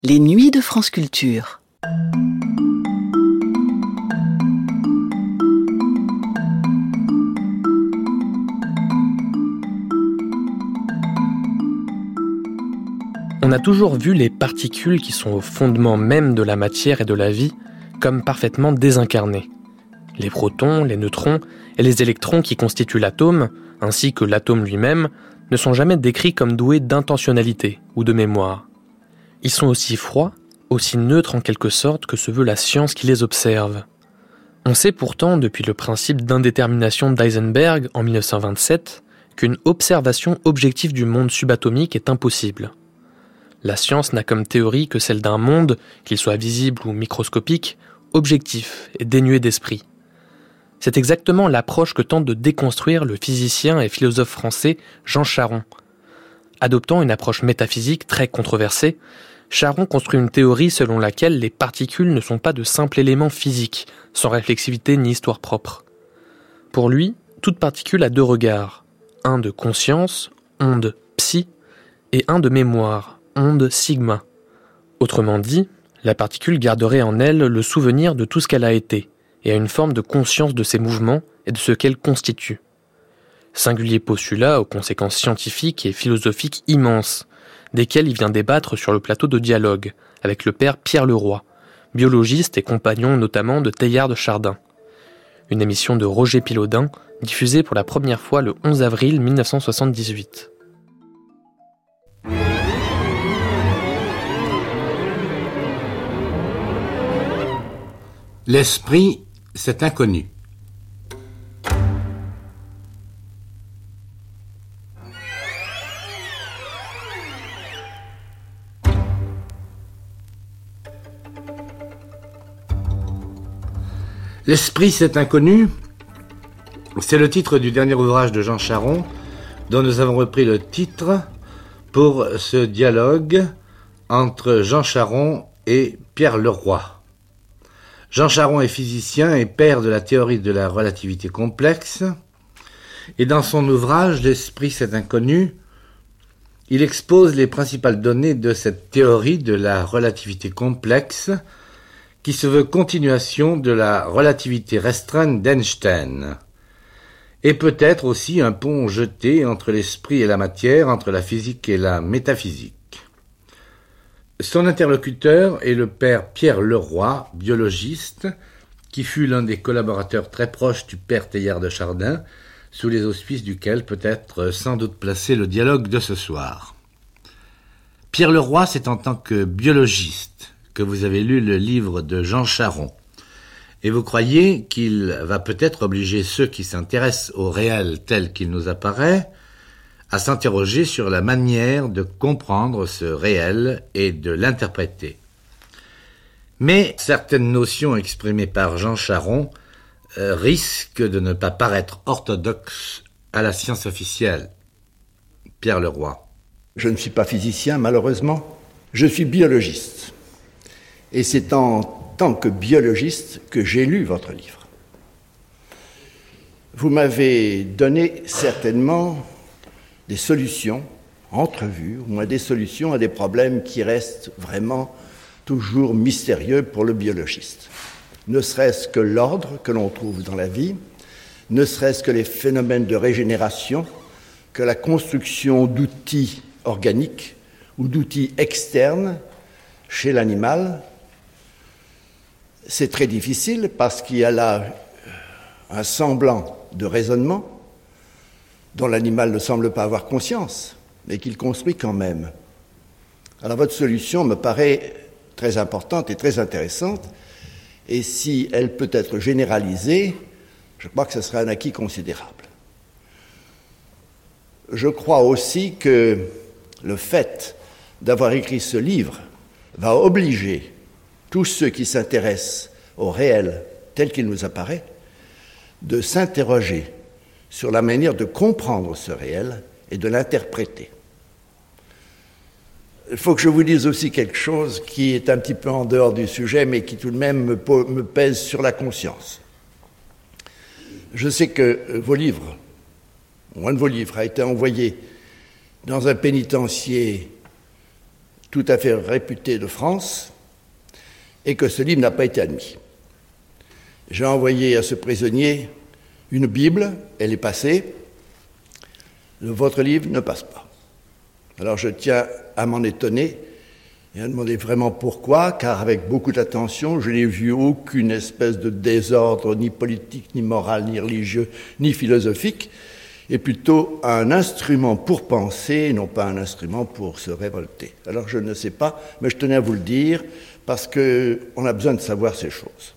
Les nuits de France Culture. On a toujours vu les particules qui sont au fondement même de la matière et de la vie comme parfaitement désincarnées. Les protons, les neutrons et les électrons qui constituent l'atome, ainsi que l'atome lui-même, ne sont jamais décrits comme doués d'intentionnalité ou de mémoire. Ils sont aussi froids, aussi neutres en quelque sorte que se veut la science qui les observe. On sait pourtant, depuis le principe d'indétermination d'Heisenberg en 1927, qu'une observation objective du monde subatomique est impossible. La science n'a comme théorie que celle d'un monde, qu'il soit visible ou microscopique, objectif et dénué d'esprit. C'est exactement l'approche que tente de déconstruire le physicien et philosophe français Jean Charron. Adoptant une approche métaphysique très controversée, Charron construit une théorie selon laquelle les particules ne sont pas de simples éléments physiques, sans réflexivité ni histoire propre. Pour lui, toute particule a deux regards, un de conscience, onde psi, et un de mémoire, onde sigma. Autrement dit, la particule garderait en elle le souvenir de tout ce qu'elle a été, et a une forme de conscience de ses mouvements et de ce qu'elle constitue. Singulier postulat aux conséquences scientifiques et philosophiques immenses, desquels il vient débattre sur le plateau de dialogue avec le père Pierre Leroy, biologiste et compagnon notamment de Teilhard de Chardin. Une émission de Roger Pilaudin, diffusée pour la première fois le 11 avril 1978. L'esprit, c'est inconnu. L'esprit, c'est inconnu, c'est le titre du dernier ouvrage de Jean Charron, dont nous avons repris le titre pour ce dialogue entre Jean Charron et Pierre Leroy. Jean Charron est physicien et père de la théorie de la relativité complexe, et dans son ouvrage « L'esprit, c'est inconnu », il expose les principales données de cette théorie de la relativité complexe, qui se veut continuation de la relativité restreinte d'Einstein, et peut-être aussi un pont jeté entre l'esprit et la matière, entre la physique et la métaphysique. Son interlocuteur est le père Pierre Leroy, biologiste, qui fut l'un des collaborateurs très proches du père Teilhard de Chardin, sous les auspices duquel peut être sans doute placé le dialogue de ce soir. Pierre Leroy, c'est en tant que biologiste que vous avez lu le livre de Jean Charron, et vous croyez qu'il va peut-être obliger ceux qui s'intéressent au réel tel qu'il nous apparaît à s'interroger sur la manière de comprendre ce réel et de l'interpréter. Mais certaines notions exprimées par Jean Charron risquent de ne pas paraître orthodoxes à la science officielle. Pierre Leroy. Je ne suis pas physicien, malheureusement. Je suis biologiste. Et c'est en tant que biologiste que j'ai lu votre livre. Vous m'avez donné certainement des solutions, entrevues, au moins des solutions à des problèmes qui restent vraiment toujours mystérieux pour le biologiste. Ne serait-ce que l'ordre que l'on trouve dans la vie, ne serait-ce que les phénomènes de régénération, que la construction d'outils organiques ou d'outils externes chez l'animal. C'est très difficile parce qu'il y a là un semblant de raisonnement dont l'animal ne semble pas avoir conscience, mais qu'il construit quand même. Alors votre solution me paraît très importante et très intéressante, et si elle peut être généralisée, je crois que ce serait un acquis considérable. Je crois aussi que le fait d'avoir écrit ce livre va obliger tous ceux qui s'intéressent au réel tel qu'il nous apparaît de s'interroger sur la manière de comprendre ce réel et de l'interpréter. Il faut que je vous dise aussi quelque chose qui est un petit peu en dehors du sujet, mais qui tout de même me pèse sur la conscience. Je sais que vos livres, ou un de vos livres, a été envoyé dans un pénitencier tout à fait réputé de France, et que ce livre n'a pas été admis. J'ai envoyé à ce prisonnier une Bible, elle est passée, votre livre ne passe pas. Alors je tiens à m'en étonner et à demander vraiment pourquoi, car avec beaucoup d'attention, je n'ai vu aucune espèce de désordre, ni politique, ni moral, ni religieux, ni philosophique, et plutôt un instrument pour penser, et non pas un instrument pour se révolter. Alors je ne sais pas, mais je tenais à vous le dire, parce qu'on a besoin de savoir ces choses.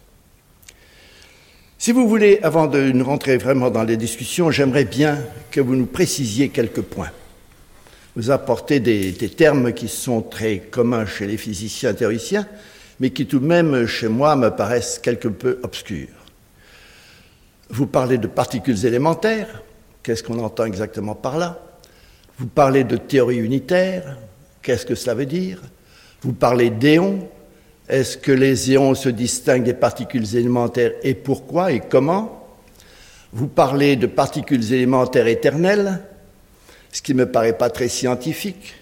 Si vous voulez, avant de nous rentrer vraiment dans les discussions, j'aimerais bien que vous nous précisiez quelques points. Vous apportez des termes qui sont très communs chez les physiciens et théoriciens, mais qui tout de même, chez moi, me paraissent quelque peu obscurs. Vous parlez de particules élémentaires, qu'est-ce qu'on entend exactement par là? Vous parlez de théorie unitaire, qu'est-ce que cela veut dire? Vous parlez d'éons, est-ce que les éons se distinguent des particules élémentaires et pourquoi et comment? Vous parlez de particules élémentaires éternelles, ce qui ne me paraît pas très scientifique.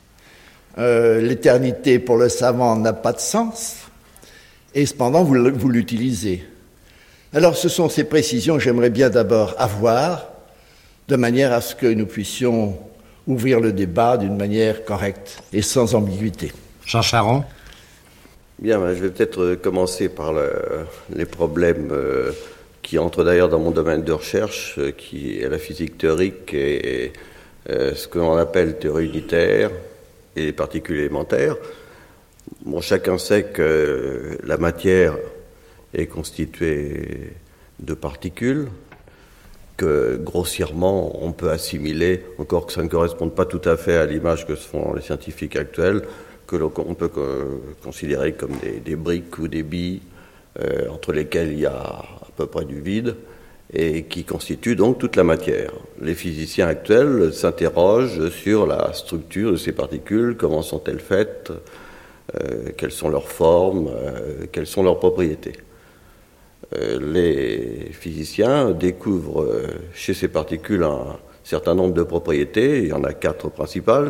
L'éternité pour le savant n'a pas de sens, et cependant vous l'utilisez. Alors ce sont ces précisions que j'aimerais bien d'abord avoir, de manière à ce que nous puissions ouvrir le débat d'une manière correcte et sans ambiguïté. Jean Charron. Bien, je vais peut-être commencer par les problèmes qui entrent d'ailleurs dans mon domaine de recherche, qui est la physique théorique et ce que l'on appelle théorie unitaire et les particules élémentaires. Bon, chacun sait que la matière est constituée de particules, que grossièrement on peut assimiler, encore que ça ne corresponde pas tout à fait à l'image que se font les scientifiques actuels, que l'on peut considérer comme des briques ou des billes entre lesquelles il y a à peu près du vide et qui constituent donc toute la matière. Les physiciens actuels s'interrogent sur la structure de ces particules, comment sont-elles faites, quelles sont leurs formes, quelles sont leurs propriétés. Les physiciens découvrent chez ces particules un certain nombre de propriétés, il y en a 4 principales.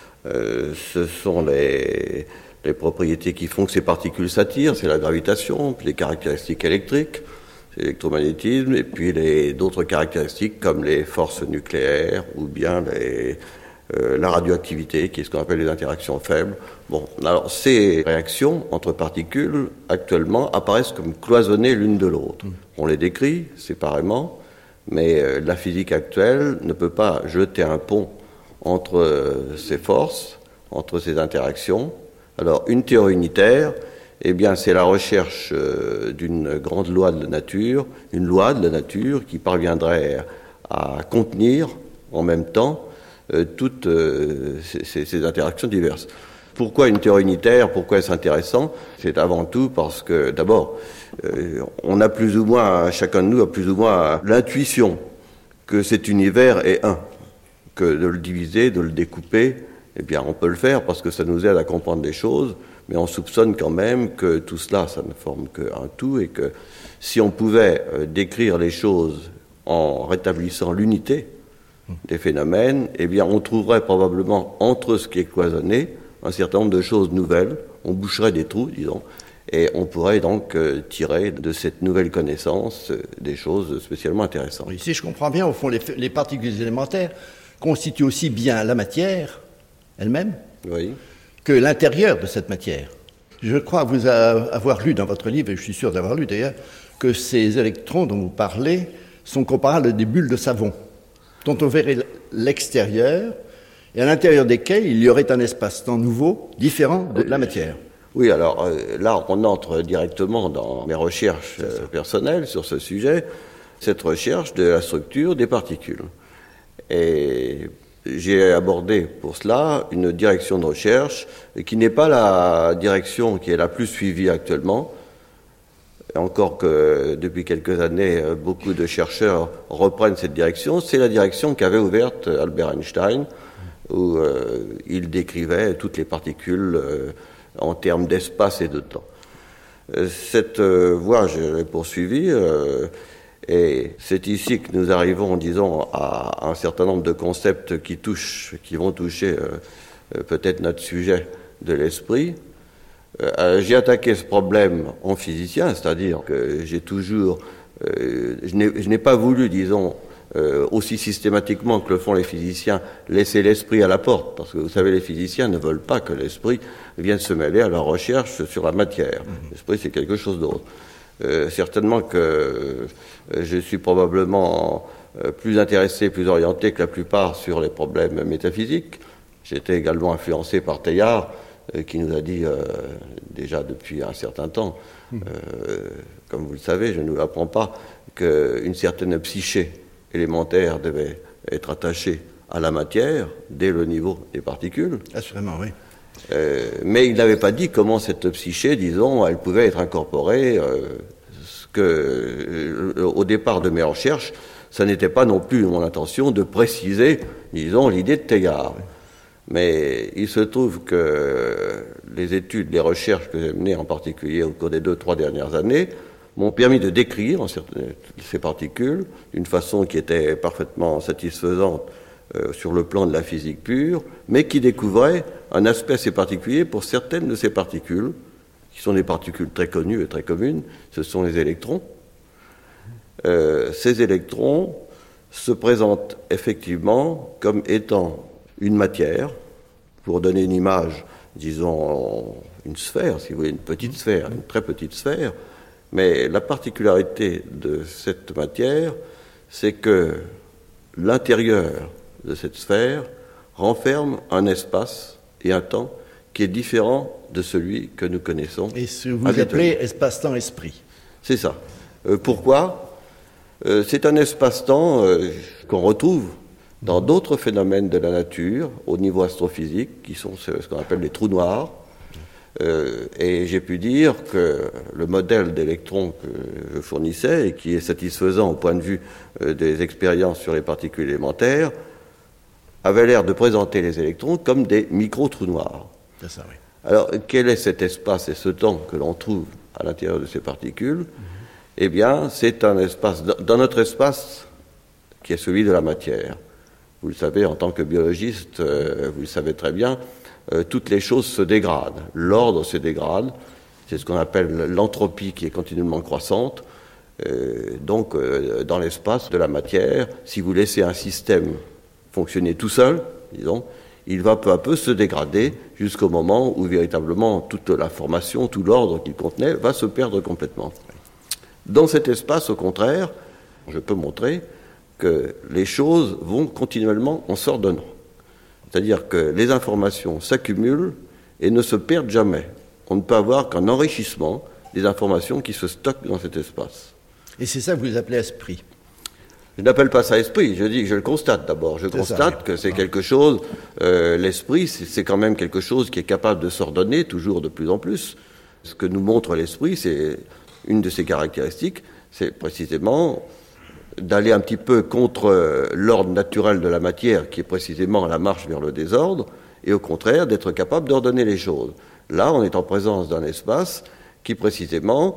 Ce sont les propriétés qui font que ces particules s'attirent, c'est la gravitation, puis les caractéristiques électriques, c'est l'électromagnétisme, et puis d'autres caractéristiques comme les forces nucléaires ou bien la radioactivité, qui est ce qu'on appelle les interactions faibles. Bon, alors ces réactions entre particules, actuellement, apparaissent comme cloisonnées l'une de l'autre. On les décrit séparément, mais la physique actuelle ne peut pas jeter un pont entre ces forces, entre ces interactions. Alors, une théorie unitaire, eh bien, c'est la recherche d'une grande loi de la nature, une loi de la nature qui parviendrait à contenir en même temps toutes ces interactions diverses. Pourquoi une théorie unitaire? Pourquoi est-ce intéressant? C'est avant tout parce que, d'abord, on a plus ou moins, chacun de nous a plus ou moins l'intuition que cet univers est un, que de le diviser, de le découper, eh bien, on peut le faire parce que ça nous aide à comprendre des choses, mais on soupçonne quand même que tout cela, ça ne forme qu'un tout, et que si on pouvait décrire les choses en rétablissant l'unité des phénomènes, eh bien, on trouverait probablement entre ce qui est cloisonné un certain nombre de choses nouvelles, on boucherait des trous, disons, et on pourrait donc tirer de cette nouvelle connaissance des choses spécialement intéressantes. Oui, si je comprends bien, au fond, les particules élémentaires constituent aussi bien la matière elle-même que l'intérieur de cette matière. Je crois vous avoir lu dans votre livre, et je suis sûr d'avoir lu d'ailleurs, que ces électrons dont vous parlez sont comparables à des bulles de savon, dont on verrait l'extérieur, et à l'intérieur desquels il y aurait un espace-temps nouveau, différent de la matière. Oui, alors là, on entre directement dans mes recherches personnelles sur ce sujet, cette recherche de la structure des particules. Et j'ai abordé pour cela une direction de recherche qui n'est pas la direction qui est la plus suivie actuellement, encore que depuis quelques années, beaucoup de chercheurs reprennent cette direction. C'est la direction qu'avait ouverte Albert Einstein, où il décrivait toutes les particules en termes d'espace et de temps. Cette voie, je l'ai poursuivie, et c'est ici que nous arrivons, disons, à un certain nombre de concepts qui vont toucher peut-être notre sujet de l'esprit. J'ai attaqué ce problème en physicien, c'est-à-dire que j'ai toujours... je n'ai pas voulu, disons, aussi systématiquement que le font les physiciens, laisser l'esprit à la porte, parce que vous savez, les physiciens ne veulent pas que l'esprit vienne se mêler à leur recherche sur la matière. L'esprit, c'est quelque chose d'autre. Certainement que je suis probablement plus intéressé, plus orienté que la plupart sur les problèmes métaphysiques. J'ai été également influencé par Teilhard, qui nous a dit déjà depuis un certain temps, comme vous le savez, je ne vous l'apprends pas, qu'une certaine psyché élémentaire devait être attachée à la matière dès le niveau des particules. Assurément, oui. Mais il n'avait pas dit comment cette psyché, disons, elle pouvait être incorporée. Au départ de mes recherches, ça n'était pas non plus mon intention de préciser, disons, l'idée de Teilhard. Mais il se trouve que les études, les recherches que j'ai menées, en particulier au cours des 2-3 dernières années, m'ont permis de décrire ces particules d'une façon qui était parfaitement satisfaisante sur le plan de la physique pure, mais qui découvrait un aspect assez particulier pour certaines de ces particules, qui sont des particules très connues et très communes, ce sont les électrons. Ces électrons se présentent effectivement comme étant une matière, pour donner une image, disons une sphère, si vous voulez, une petite sphère, une très petite sphère, mais la particularité de cette matière, c'est que l'intérieur de cette sphère renferme un espace et un temps qui est différent de celui que nous connaissons. Et ce que vous appelez espace-temps-esprit. C'est ça. Pourquoi ? C'est un espace-temps qu'on retrouve dans d'autres phénomènes de la nature, au niveau astrophysique, qui sont ce qu'on appelle les trous noirs. Et j'ai pu dire que le modèle d'électrons que je fournissais, et qui est satisfaisant au point de vue des expériences sur les particules élémentaires, avait l'air de présenter les électrons comme des micro-trous noirs. C'est ça, oui. Alors, quel est cet espace et ce temps que l'on trouve à l'intérieur de ces particules ? Eh bien, c'est un espace, dans notre espace, qui est celui de la matière. Vous le savez, en tant que biologiste, vous le savez très bien, toutes les choses se dégradent. L'ordre se dégrade. C'est ce qu'on appelle l'entropie qui est continuellement croissante. Donc, dans l'espace de la matière, si vous laissez un système fonctionner tout seul, disons, il va peu à peu se dégrader jusqu'au moment où véritablement toute la formation, tout l'ordre qu'il contenait va se perdre complètement. Dans cet espace, au contraire, je peux montrer que les choses vont continuellement en s'ordonnant. C'est-à-dire que les informations s'accumulent et ne se perdent jamais. On ne peut avoir qu'un enrichissement des informations qui se stockent dans cet espace. Et c'est ça que vous appelez esprit. Je n'appelle pas ça esprit, je dis que je le constate d'abord. Je constate que c'est quelque chose, l'esprit, c'est quand même quelque chose qui est capable de s'ordonner toujours de plus en plus. Ce que nous montre l'esprit, c'est une de ses caractéristiques, c'est précisément d'aller un petit peu contre l'ordre naturel de la matière, qui est précisément la marche vers le désordre, et au contraire d'être capable d'ordonner les choses. Là, on est en présence d'un espace qui précisément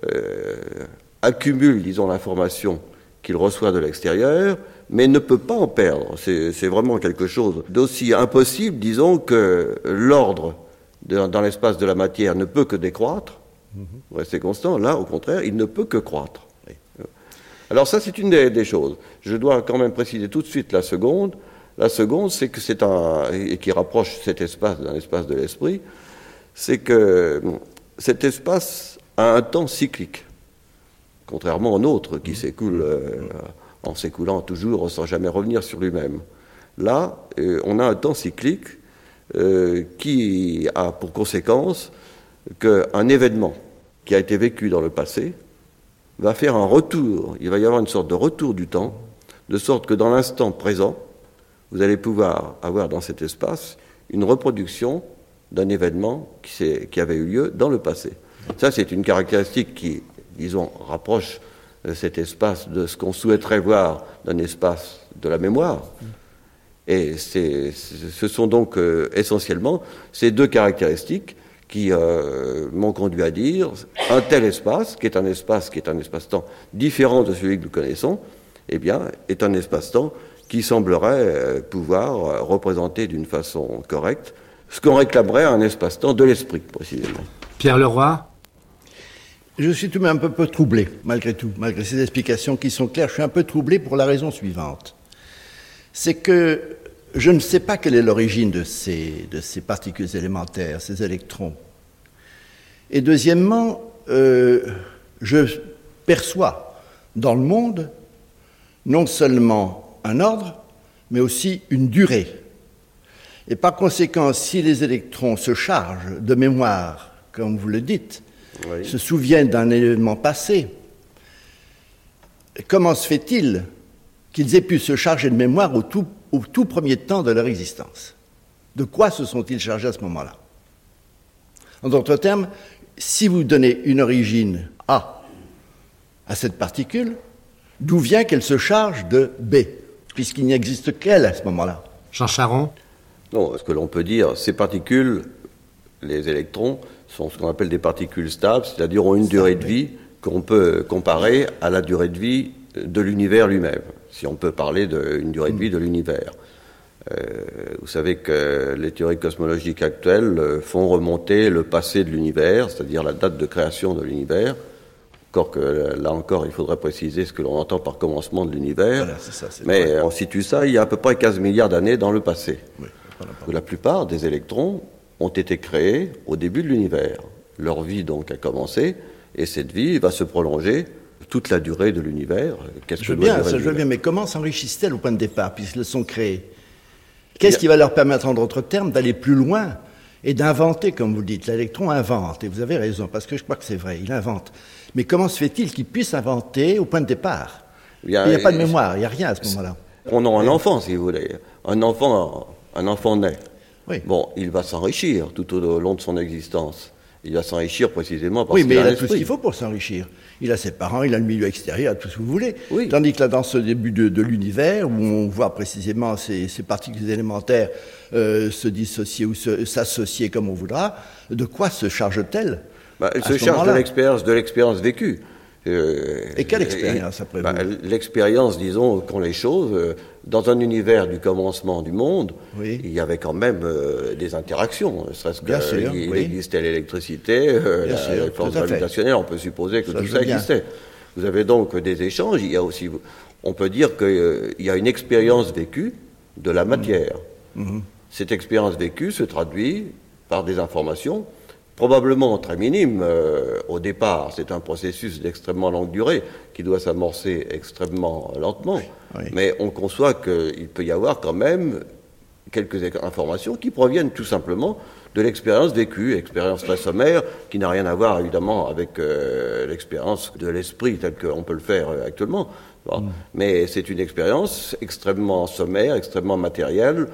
accumule, disons, l'information qu'il reçoit de l'extérieur, mais ne peut pas en perdre. C'est vraiment quelque chose d'aussi impossible, disons, que l'ordre dans l'espace de la matière ne peut que décroître, rester constant. Là, au contraire, il ne peut que croître. Alors ça, c'est une des choses. Je dois quand même préciser tout de suite la seconde. La seconde, c'est que c'est et qui rapproche cet espace d'un espace de l'esprit, c'est que cet espace a un temps cyclique, contrairement au nôtre qui s'écoule en s'écoulant toujours sans jamais revenir sur lui-même. Là, on a un temps cyclique qui a pour conséquence qu'un événement qui a été vécu dans le passé va faire un retour, il va y avoir une sorte de retour du temps, de sorte que dans l'instant présent, vous allez pouvoir avoir dans cet espace une reproduction d'un événement qui avait eu lieu dans le passé. Ça, c'est une caractéristique qui, disons, rapproche cet espace de ce qu'on souhaiterait voir d'un espace de la mémoire. Et ce sont donc essentiellement ces deux caractéristiques qui m'ont conduit à dire un tel espace, qui est un espace-temps différent de celui que nous connaissons, eh bien, est un espace-temps qui semblerait pouvoir représenter d'une façon correcte ce qu'on réclamerait à un espace-temps de l'esprit, précisément. Pierre Leroy? Je suis tout de même un peu troublé, malgré tout, malgré ces explications qui sont claires. Je suis un peu troublé pour la raison suivante. C'est que je ne sais pas quelle est l'origine de ces particules élémentaires, ces électrons. Et deuxièmement, je perçois dans le monde non seulement un ordre, mais aussi une durée. Et par conséquent, si les électrons se chargent de mémoire, comme vous le dites, oui, se souviennent d'un événement passé, comment se fait-il qu'ils aient pu se charger de mémoire au tout premier temps de leur existence? De quoi se sont-ils chargés à ce moment-là? En d'autres termes, si vous donnez une origine A à cette particule, d'où vient qu'elle se charge de B, puisqu'il n'existe qu'elle à ce moment-là? Jean Charron? Non, ce que l'on peut dire, ces particules, les électrons, sont ce qu'on appelle des particules stables, c'est-à-dire ont une durée de vie qu'on peut comparer à la durée de vie de l'univers lui-même, si on peut parler d'une durée de vie de l'univers. Vous savez que les théories cosmologiques actuelles font remonter le passé de l'univers, c'est-à-dire la date de création de l'univers, encore que là encore il faudrait préciser ce que l'on entend par commencement de l'univers, voilà, mais on situe ça il y a à peu près 15 milliards d'années dans le passé. Oui, la plupart des électrons ont été créés au début de l'univers. Leur vie donc a commencé, et cette vie va se prolonger toute la durée de l'univers. Je veux bien, mais comment s'enrichissent-elles au point de départ, puisqu'elles sont créées? Qu'est-ce qui va leur permettre, en d'autres termes, d'aller plus loin et d'inventer, comme vous le dites? L'électron invente, et vous avez raison, parce que je crois que c'est vrai, il invente. Mais comment se fait-il qu'il puisse inventer au point de départ? Il n'y a pas de mémoire, il n'y a rien à ce moment-là. On a un enfant, si vous voulez. Un enfant naît. Oui. Bon, il va s'enrichir tout au long de son existence. Il va s'enrichir précisément parce qu'il a l'esprit. Oui, mais il a tout ce qu'il faut pour s'enrichir. Il a ses parents, il a le milieu extérieur, il a tout ce que vous voulez. Oui. Tandis que là, dans ce début de l'univers, où on voit précisément ces particules élémentaires se dissocier ou s'associer comme on voudra, de quoi se charge-t-elle? Elle se charge de l'expérience vécue. Et quelle expérience, après vous? L'expérience, disons, qu'ont les choses. Dans un univers du commencement du monde, oui, il y avait quand même des interactions. Serait-ce qu'il existait l'électricité, la force gravitationnelle, on peut supposer que tout ça existait. Vous avez donc des échanges. Il y a aussi, on peut dire qu'il y a une expérience vécue de la matière. Mm-hmm. Cette expérience vécue se traduit par des informations probablement très minime au départ. C'est un processus d'extrêmement longue durée qui doit s'amorcer extrêmement lentement. Oui. Mais on conçoit qu'il peut y avoir quand même quelques informations qui proviennent tout simplement de l'expérience vécue, expérience très sommaire, qui n'a rien à voir évidemment avec l'expérience de l'esprit tel qu'on peut le faire actuellement. Bon. Mais c'est une expérience extrêmement sommaire, extrêmement matérielle,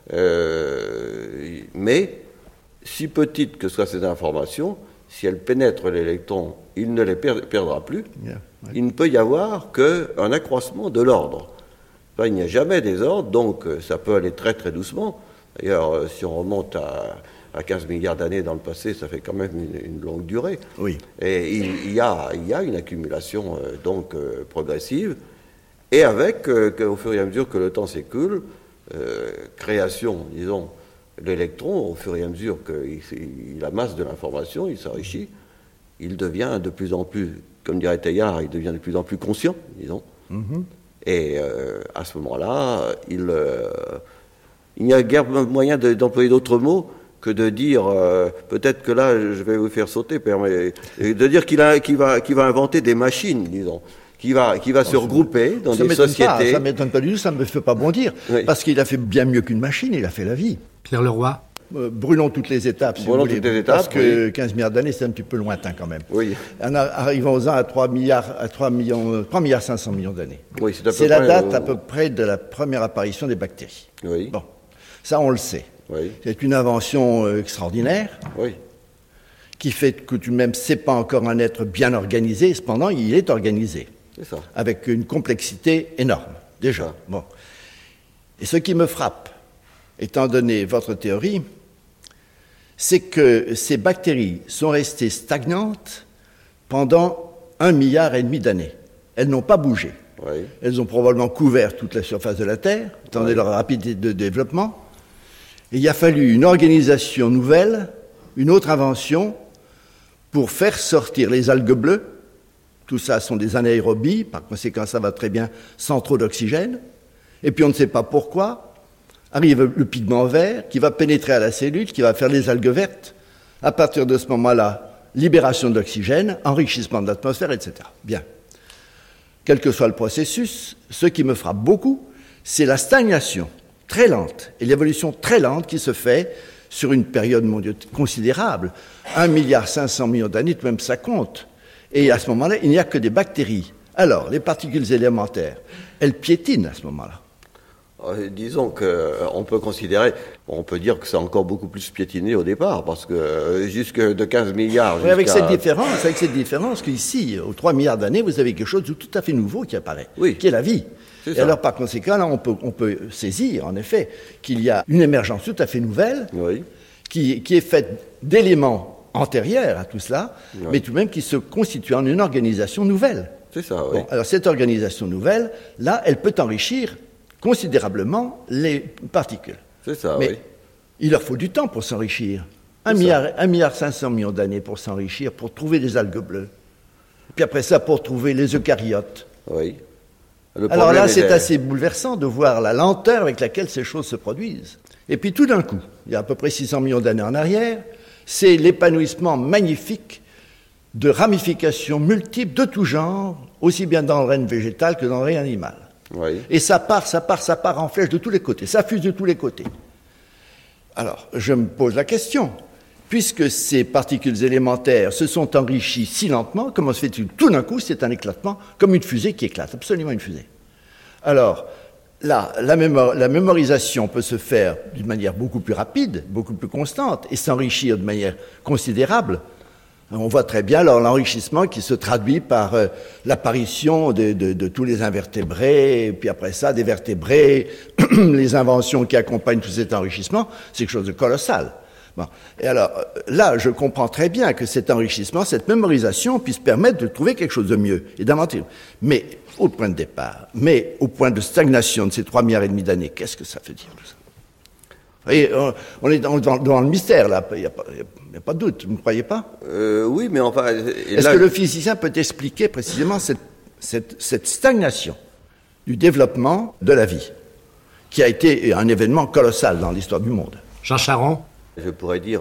mais si petite que soient ces informations, si elles pénètrent l'électron, il ne les perdra plus. Yeah, ouais. Il ne peut y avoir qu'un accroissement de l'ordre. Enfin, il n'y a jamais des ordres, donc ça peut aller très très doucement. D'ailleurs, si on remonte à 15 milliards d'années dans le passé, ça fait quand même une longue durée. Oui. Et il y a une accumulation progressive, et avec, au fur et à mesure que le temps s'écoule, création, disons, l'électron, au fur et à mesure qu'il amasse de l'information, il s'enrichit, il devient de plus en plus, comme dirait Teilhard, il devient de plus en plus conscient, disons. Mm-hmm. Et à ce moment-là, il n'y a guère moyen d'employer d'autres mots que de dire, peut-être que là, je vais vous faire sauter, Père, mais de dire qu'il va inventer des machines, disons. Qui va se regrouper dans des sociétés. Ça ne m'étonne pas du tout, ça ne me fait pas bondir. Oui. Parce qu'il a fait bien mieux qu'une machine, il a fait la vie. Pierre Leroy. Brûlons toutes les étapes, si vous voulez. Parce que 15 milliards d'années, c'est un petit peu lointain quand même. Oui. Arrivons-en à 3 milliards 500 millions d'années. Oui, c'est la date à peu près de la première apparition des bactéries. Oui. Bon, ça on le sait. Oui. C'est une invention extraordinaire. Oui. Qui fait que tout de même, c'est pas encore un être bien organisé, cependant, il est organisé. C'est ça. Avec une complexité énorme, déjà. Ah. Bon. Et ce qui me frappe, étant donné votre théorie, c'est que ces bactéries sont restées stagnantes pendant 1,5 milliard d'années. Elles n'ont pas bougé. Oui. Elles ont probablement couvert toute la surface de la Terre, étant donné leur rapidité de développement. Et il a fallu une organisation nouvelle, une autre invention, pour faire sortir les algues bleues. Tout ça sont des anaérobies, par conséquent ça va très bien sans trop d'oxygène. Et puis on ne sait pas pourquoi, arrive le pigment vert qui va pénétrer à la cellule, qui va faire les algues vertes. À partir de ce moment-là, libération d'oxygène, enrichissement de l'atmosphère, etc. Bien. Quel que soit le processus, ce qui me frappe beaucoup, c'est la stagnation très lente et l'évolution très lente qui se fait sur une période mondiale considérable. 1,5 milliard d'années, tout même ça compte. Et à ce moment-là, il n'y a que des bactéries. Alors, les particules élémentaires, elles piétinent à ce moment-là. Disons qu'on peut considérer, on peut dire que c'est encore beaucoup plus piétiné au départ, parce que jusque de 15 milliards... Oui, avec cette différence qu'ici, aux 3 milliards d'années, vous avez quelque chose de tout à fait nouveau qui apparaît, qui est la vie. Et alors, par conséquent, là, on peut saisir, en effet, qu'il y a une émergence tout à fait nouvelle, qui est faite d'éléments antérieurs à tout cela, mais tout de même qui se constitue en une organisation nouvelle. C'est ça, oui. Bon, alors, cette organisation nouvelle, là, elle peut enrichir considérablement les particules. C'est ça, mais il leur faut du temps pour s'enrichir. 1,5 milliard d'années pour s'enrichir, pour trouver des algues bleues. Puis après ça, pour trouver les eucaryotes. Oui. Alors là, c'est assez bouleversant de voir la lenteur avec laquelle ces choses se produisent. Et puis tout d'un coup, il y a à peu près 600 millions d'années en arrière, c'est l'épanouissement magnifique de ramifications multiples de tout genre, aussi bien dans le règne végétal que dans le règne animal. Oui. Et ça part en flèche de tous les côtés, ça fuse de tous les côtés. Alors, je me pose la question, puisque ces particules élémentaires se sont enrichies si lentement, comment se fait-il tout d'un coup, c'est un éclatement, comme une fusée qui éclate, absolument une fusée. Alors, là, la mémorisation peut se faire d'une manière beaucoup plus rapide, beaucoup plus constante, et s'enrichir de manière considérable. On voit très bien alors l'enrichissement qui se traduit par l'apparition de tous les invertébrés, et puis après ça, des vertébrés, les inventions qui accompagnent tout cet enrichissement, c'est quelque chose de colossal. Bon. Et alors, là, je comprends très bien que cet enrichissement, cette mémorisation puisse permettre de trouver quelque chose de mieux et d'inventer. Mais, au point de départ, mais au point de stagnation de ces 3,5 milliards d'années, qu'est-ce que ça veut dire tout ça ? Et on est dans le mystère, là, il n'y a pas de doute, vous ne croyez pas ? Oui, mais enfin... Est-ce que le physicien peut expliquer précisément cette stagnation du développement de la vie, qui a été un événement colossal dans l'histoire du monde ? Jean Charron ? Je pourrais dire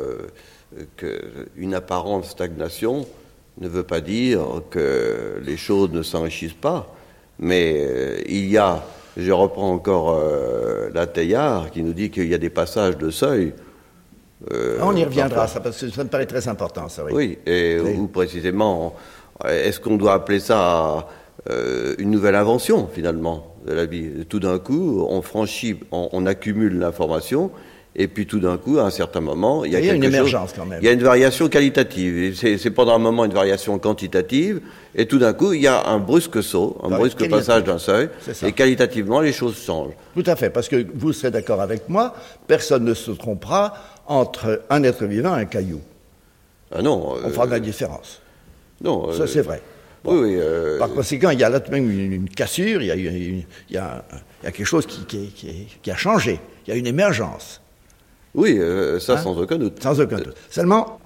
qu'une apparente stagnation ne veut pas dire que les choses ne s'enrichissent pas, mais il y a... Je reprends encore la Teilhard qui nous dit qu'il y a des passages de seuil. On y reviendra, ça, parce que ça me paraît très important, ça. Oui, où précisément, est-ce qu'on doit appeler ça une nouvelle invention, finalement, de la vie ? Tout d'un coup, on accumule l'information, et puis tout d'un coup, à un certain moment, il y a une émergence quand même. Il y a une variation qualitative. C'est pendant un moment une variation quantitative, et tout d'un coup, il y a un brusque saut, un brusque passage d'un seuil, et qualitativement, les choses changent. Tout à fait, parce que vous serez d'accord avec moi, personne ne se trompera entre un être vivant et un caillou. Ah non. On fera de la différence. Non. Ça, c'est vrai. Bon. Oui. Par conséquent, il y a là tout de même une cassure, il y a quelque chose qui a changé, il y a une émergence. Oui, sans aucun doute. Sans aucun doute. Seulement,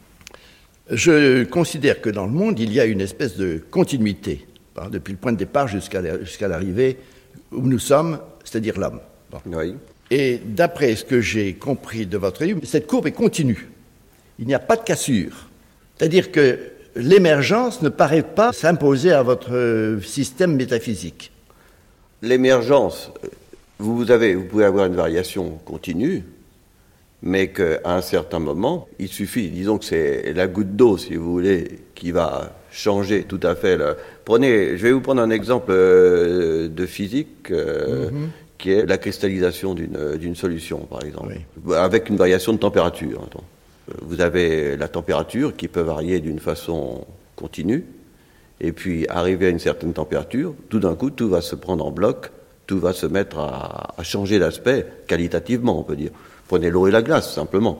je considère que dans le monde, il y a une espèce de continuité, depuis le point de départ jusqu'à l'arrivée où nous sommes, c'est-à-dire l'homme. Bon. Oui. Et d'après ce que j'ai compris de votre livre, cette courbe est continue. Il n'y a pas de cassure. C'est-à-dire que l'émergence ne paraît pas s'imposer à votre système métaphysique. L'émergence, vous pouvez avoir une variation continue, mais qu'à un certain moment, il suffit, disons que c'est la goutte d'eau, si vous voulez, qui va changer tout à fait. Je vais vous prendre un exemple de physique, qui est la cristallisation d'une solution, par exemple, avec une variation de température. Vous avez la température qui peut varier d'une façon continue, et puis arriver à une certaine température, tout d'un coup, tout va se prendre en bloc, tout va se mettre à changer d'aspect, qualitativement, on peut dire. Prenez l'eau et la glace, simplement.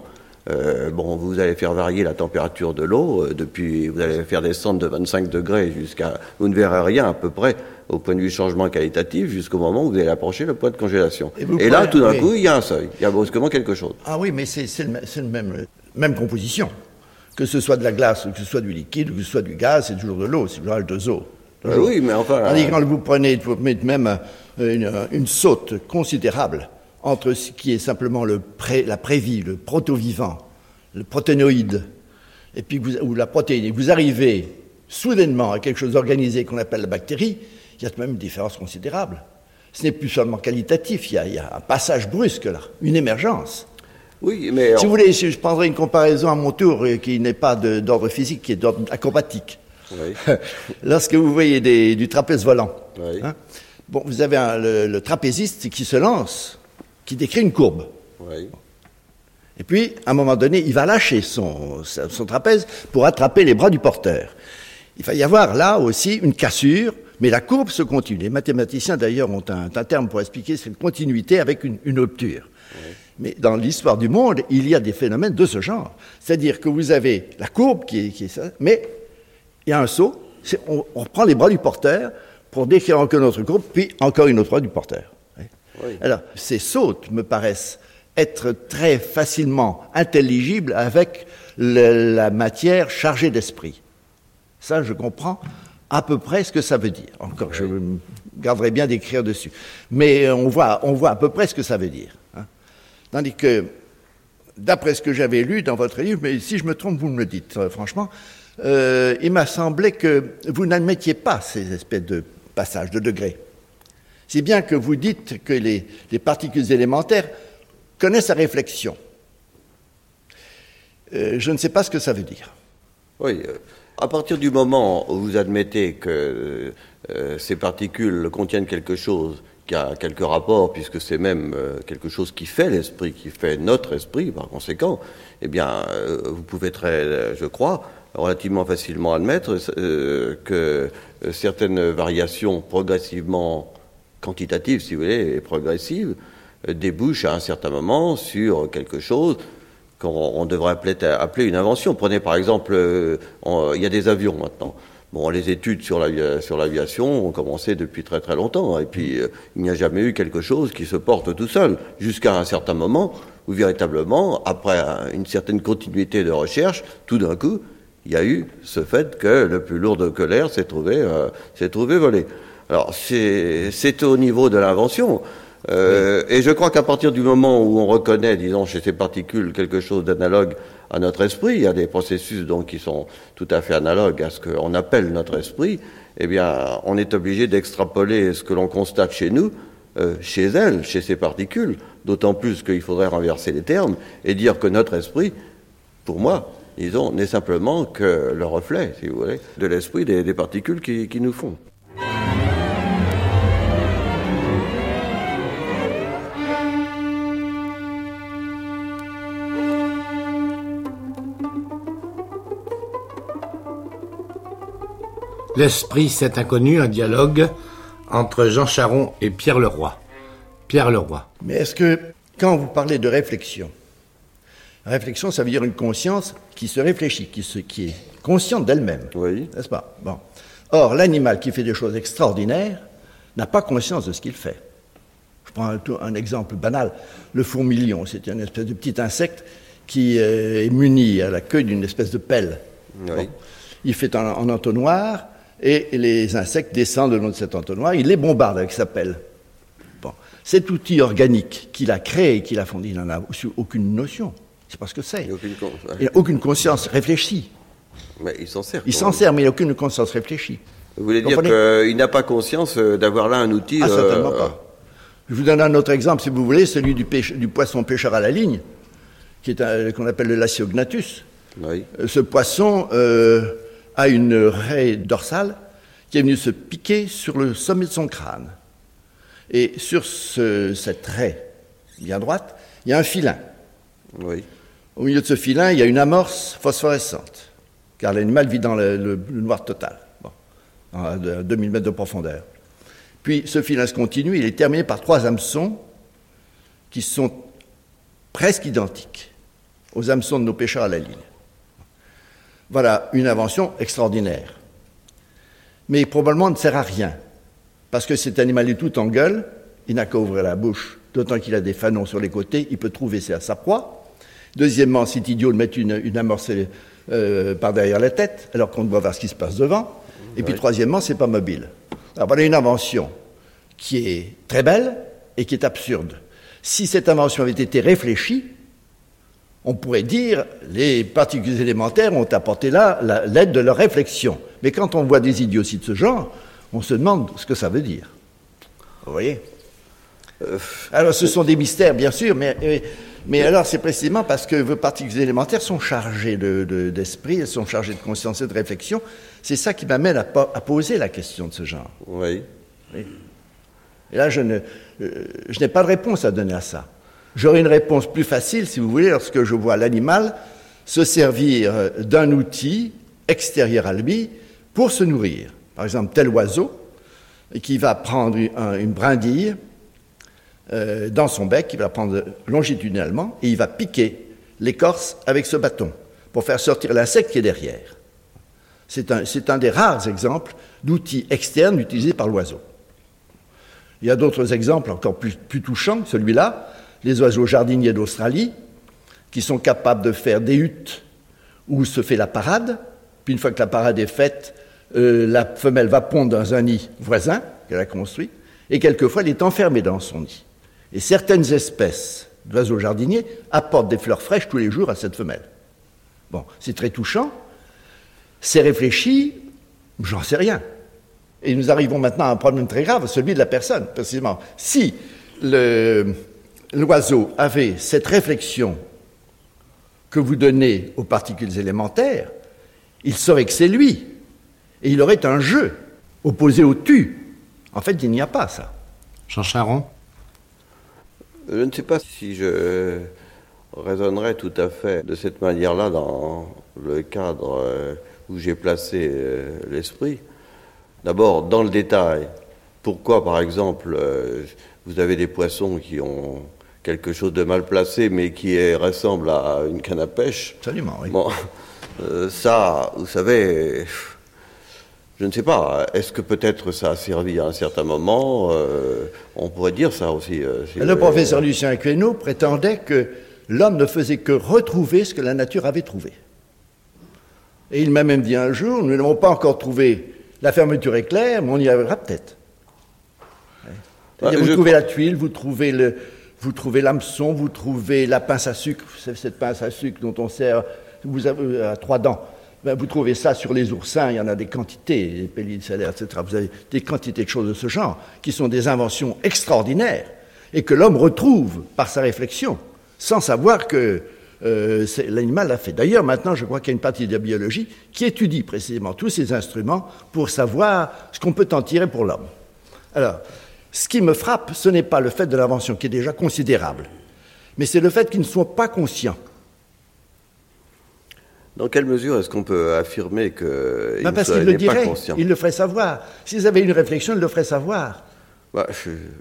vous allez faire varier la température de l'eau, depuis vous allez faire descendre de 25 degrés jusqu'à... Vous ne verrez rien à peu près au point de vue changement qualitatif jusqu'au moment où vous allez approcher le point de congélation. Et là, tout d'un coup, il y a un seuil, il y a brusquement quelque chose. Ah oui, mais c'est le même composition. Que ce soit de la glace, ou que ce soit du liquide, ou que ce soit du gaz, c'est toujours de l'eau, c'est toujours H2O. Oui, mais enfin... Quand vous mettez même une saute considérable entre ce qui est simplement la prévie, le proto-vivant, le proténoïde, et puis ou la protéine, et vous arrivez soudainement à quelque chose d'organisé qu'on appelle la bactérie, il y a tout de même une différence considérable. Ce n'est plus seulement qualitatif, il y a un passage brusque là, une émergence. Oui, mais... Si vous voulez, je prendrai une comparaison à mon tour qui n'est pas d'ordre physique, qui est d'ordre acrobatique. Oui. Lorsque vous voyez du trapèze volant, oui. Vous avez le trapéziste qui se lance, qui décrit une courbe. Oui. Et puis, à un moment donné, il va lâcher son trapèze pour attraper les bras du porteur. Il va y avoir là aussi une cassure, mais la courbe se continue. Les mathématiciens, d'ailleurs, ont un terme pour expliquer cette continuité avec une rupture. Oui. Mais dans l'histoire du monde, il y a des phénomènes de ce genre. C'est-à-dire que vous avez la courbe qui est ça, mais il y a un saut, on reprend les bras du porteur pour décrire encore une autre courbe, puis encore une autre bras du porteur. Oui. Alors, ces sautes me paraissent être très facilement intelligibles avec la matière chargée d'esprit. Ça, je comprends à peu près ce que ça veut dire. Encore, je me garderai bien d'écrire dessus. Mais on voit à peu près ce que ça veut dire. Tandis que, d'après ce que j'avais lu dans votre livre, mais si je me trompe, vous me le dites, franchement, il m'a semblé que vous n'admettiez pas ces espèces de passages, de degrés. Si bien que vous dites que les particules élémentaires connaissent la réflexion. Je ne sais pas ce que ça veut dire. Oui, à partir du moment où vous admettez que ces particules contiennent quelque chose qui a quelques rapports, puisque c'est même quelque chose qui fait l'esprit, qui fait notre esprit, par conséquent, eh bien, vous pouvez je crois, relativement facilement admettre que certaines variations progressivement quantitatives, si vous voulez, et progressives, débouchent à un certain moment sur quelque chose qu'on devrait appeler une invention. Prenez par exemple, il y a des avions maintenant. Bon, les études sur l'aviation ont commencé depuis très très longtemps, et puis il n'y a jamais eu quelque chose qui se porte tout seul, jusqu'à un certain moment où véritablement, après une certaine continuité de recherche, tout d'un coup, il y a eu ce fait que le plus lourd que l'air s'est trouvé volé. Alors, c'est au niveau de l'invention. Et je crois qu'à partir du moment où on reconnaît, disons, chez ces particules quelque chose d'analogue à notre esprit, il y a des processus donc qui sont tout à fait analogues à ce qu'on appelle notre esprit, eh bien, on est obligé d'extrapoler ce que l'on constate chez nous, chez elles, chez ces particules, d'autant plus qu'il faudrait renverser les termes et dire que notre esprit, pour moi, disons, n'est simplement que le reflet, si vous voulez, de l'esprit des particules qui nous font. L'esprit, c'est inconnu, un dialogue entre Jean Charron et Pierre Leroy. Pierre Leroy. Mais est-ce que, quand vous parlez de réflexion, ça veut dire une conscience qui se réfléchit, qui est consciente d'elle-même, oui. N'est-ce pas? Bon. Or, l'animal qui fait des choses extraordinaires n'a pas conscience de ce qu'il fait. Je prends un exemple banal. Le fourmilion, c'est une espèce de petit insecte qui est muni à la queue d'une espèce de pelle. Oui. Bon. Il fait un entonnoir, et les insectes descendent le long de cet entonnoir, il les bombarde avec sa pelle. Bon. Cet outil organique qu'il a créé, qu'il a fondé, il n'en a aucune notion. Il ne sait pas ce que c'est. Il n'a aucune conscience réfléchie. Mais il s'en sert. Il s'en sert, mais il n'a aucune conscience réfléchie. Vous voulez dire qu'il n'a pas conscience d'avoir là un outil... Ah, certainement pas. Je vous donne un autre exemple, si vous voulez, celui du poisson pêcheur à la ligne, qu'on appelle le Lasiognathus. Oui. Ce poisson a une raie dorsale qui est venue se piquer sur le sommet de son crâne. Et sur cette raie bien droite, il y a un filin. Oui. Au milieu de ce filin, il y a une amorce phosphorescente, car l'animal vit dans le noir total, à 2000 mètres de profondeur. Puis ce filin se continue, il est terminé par 3 hameçons qui sont presque identiques. aux hameçons de nos pêcheurs à la ligne. Voilà une invention extraordinaire. Mais probablement ne sert à rien, parce que cet animal est tout en gueule, il n'a qu'à ouvrir la bouche, d'autant qu'il a des fanons sur les côtés, il peut trouver sa proie. Deuxièmement, c'est idiot de mettre une amorcelle par derrière la tête, alors qu'on doit voir ce qui se passe devant. Et puis troisièmement, c'est pas mobile. Alors voilà une invention qui est très belle et qui est absurde. Si cette invention avait été réfléchie, on pourrait dire les particules élémentaires ont apporté là l'aide de leur réflexion. Mais quand on voit des idioties de ce genre, on se demande ce que ça veut dire. Vous voyez ? Alors ce sont des mystères, bien sûr, mais alors c'est précisément parce que vos particules élémentaires sont chargées d'esprit, elles sont chargées de conscience et de réflexion. C'est ça qui m'amène à poser la question de ce genre. Oui. Et là, je n'ai pas de réponse à donner à ça. J'aurai une réponse plus facile, si vous voulez, lorsque je vois l'animal se servir d'un outil extérieur à lui pour se nourrir. Par exemple, tel oiseau qui va prendre une brindille dans son bec, il va la prendre longitudinalement et il va piquer l'écorce avec ce bâton pour faire sortir l'insecte qui est derrière. C'est un des rares exemples d'outils externes utilisés par l'oiseau. Il y a d'autres exemples encore plus touchants que celui-là. Les oiseaux jardiniers d'Australie, qui sont capables de faire des huttes où se fait la parade, puis une fois que la parade est faite, la femelle va pondre dans un nid voisin qu'elle a construit, et quelquefois elle est enfermée dans son nid. Et certaines espèces d'oiseaux jardiniers apportent des fleurs fraîches tous les jours à cette femelle. Bon, c'est très touchant, c'est réfléchi, j'en sais rien. Et nous arrivons maintenant à un problème très grave, celui de la personne, précisément. Si l'oiseau avait cette réflexion que vous donnez aux particules élémentaires, il saurait que c'est lui. Et il aurait un jeu opposé au tu. En fait, il n'y a pas ça. Jean Charron ? Je ne sais pas si je raisonnerais tout à fait de cette manière-là dans le cadre où j'ai placé l'esprit. D'abord, dans le détail, pourquoi, par exemple, vous avez des poissons qui ont quelque chose de mal placé, mais qui ressemble à une canne à pêche. Absolument, oui. Bon, ça, vous savez, je ne sais pas. Est-ce que peut-être ça a servi à un certain moment on pourrait dire ça aussi. Le professeur Lucien Queneau prétendait que l'homme ne faisait que retrouver ce que la nature avait trouvé. Et il m'a même dit un jour, nous n'avons pas encore trouvé la fermeture éclair, mais on y arrivera peut-être. Vous trouvez la tuile, vous trouvez l'hameçon, vous trouvez la pince à sucre, cette pince à sucre dont on sert à 3 dents. Vous trouvez ça sur les oursins, il y en a des quantités, les pélides-salaires, etc. Vous avez des quantités de choses de ce genre, qui sont des inventions extraordinaires, et que l'homme retrouve par sa réflexion, sans savoir que l'animal l'a fait. D'ailleurs, maintenant, je crois qu'il y a une partie de la biologie qui étudie précisément tous ces instruments pour savoir ce qu'on peut en tirer pour l'homme. Alors, ce qui me frappe, ce n'est pas le fait de l'invention, qui est déjà considérable, mais c'est le fait qu'ils ne soient pas conscients. Dans quelle mesure est-ce qu'on peut affirmer qu'il parce qu'il le dirait, pas conscient ? Il le ferait savoir. S'ils avaient une réflexion, ils le feraient savoir. Pourquoi ?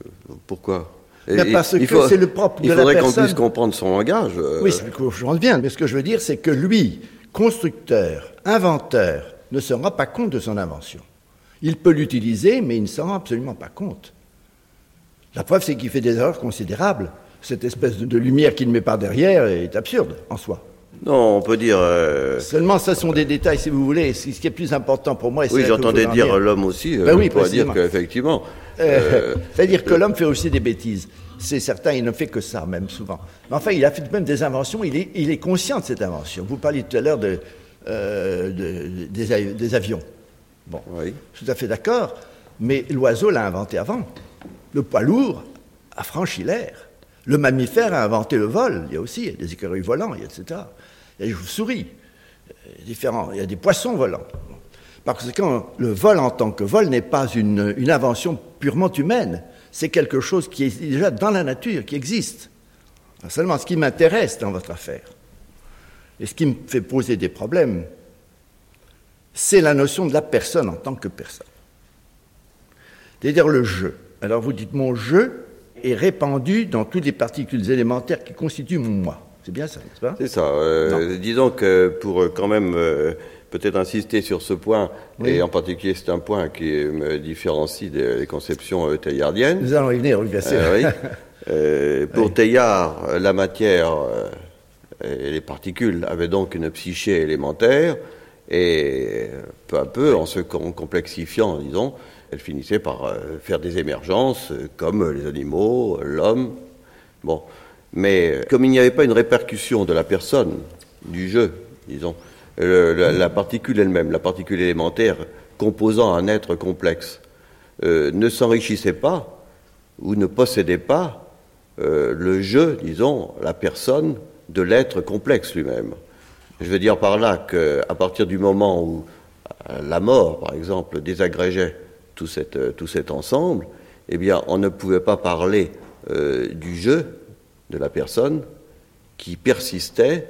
Parce que c'est le propre de la personne. Il faudrait qu'on puisse comprendre son langage. Oui, je rentre bien, mais ce que je veux dire, c'est que lui, constructeur, inventeur, ne se rend pas compte de son invention. Il peut l'utiliser, mais il ne s'en rend absolument pas compte. La preuve, c'est qu'il fait des erreurs considérables. Cette espèce de lumière qu'il ne met pas derrière est absurde, en soi. Non, on peut dire... Seulement, ce sont des détails, si vous voulez. Ce qui est plus important pour moi... Oui, j'entendais dire l'homme aussi. Oui, on pourrait dire qu'effectivement... C'est-à-dire que l'homme fait aussi des bêtises. C'est certain, il ne fait que ça, même souvent. Mais enfin, il a fait même des inventions, il est conscient de cette invention. Vous parliez tout à l'heure des avions. Bon, oui. Je suis tout à fait d'accord, mais l'oiseau l'a inventé avant. Le poids lourd a franchi l'air. Le mammifère a inventé le vol. Il y a aussi des écureuils volants, etc. Il y a des chauves-souris différents. Il y a des poissons volants. Par conséquent, le vol en tant que vol n'est pas une invention purement humaine. C'est quelque chose qui est déjà dans la nature, qui existe. Seulement, ce qui m'intéresse dans votre affaire, et ce qui me fait poser des problèmes, c'est la notion de la personne en tant que personne. C'est-à-dire le jeu. Alors vous dites, mon jeu est répandu dans toutes les particules élémentaires qui constituent mon moi. C'est bien ça, n'est-ce pas? C'est ça. Disons que pour quand même peut-être insister sur ce point, oui. Et en particulier c'est un point qui me différencie des conceptions teilhardiennes. Nous allons y venir, oui, bien sûr. Oui. Pour Teilhard, la matière et les particules avaient donc une psyché élémentaire, et peu à peu, en se complexifiant, disons, elles finissaient par faire des émergences, comme les animaux, l'homme. Bon. Mais comme il n'y avait pas une répercussion de la personne, du jeu, disons, la particule elle-même, la particule élémentaire composant un être complexe, ne s'enrichissait pas ou ne possédait pas le jeu, disons, la personne de l'être complexe lui-même. Je veux dire par là qu'à partir du moment où la mort, par exemple, désagrégeait tout cet ensemble, eh bien, on ne pouvait pas parler du jeu de la personne qui persistait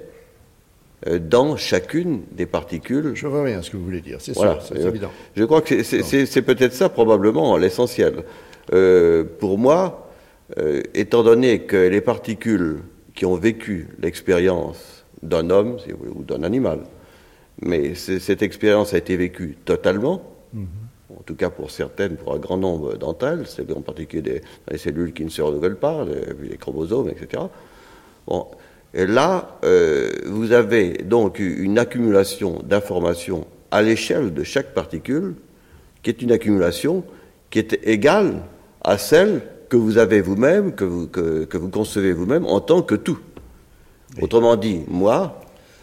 dans chacune des particules. Je vois bien ce que vous voulez dire, c'est voilà. sûr, c'est évident. Je crois que c'est peut-être ça probablement l'essentiel. Pour moi, étant donné que les particules qui ont vécu l'expérience d'un homme ou d'un animal, mais cette expérience a été vécue totalement, en tout cas pour certaines, pour un grand nombre d'entre elles, c'est en particulier dans les cellules qui ne se renouvellent pas, les chromosomes, etc. Bon, et là, vous avez donc une accumulation d'informations à l'échelle de chaque particule, qui est une accumulation qui est égale à celle que vous avez vous-même, que vous concevez vous-même en tant que tout. Oui. Autrement dit, moi,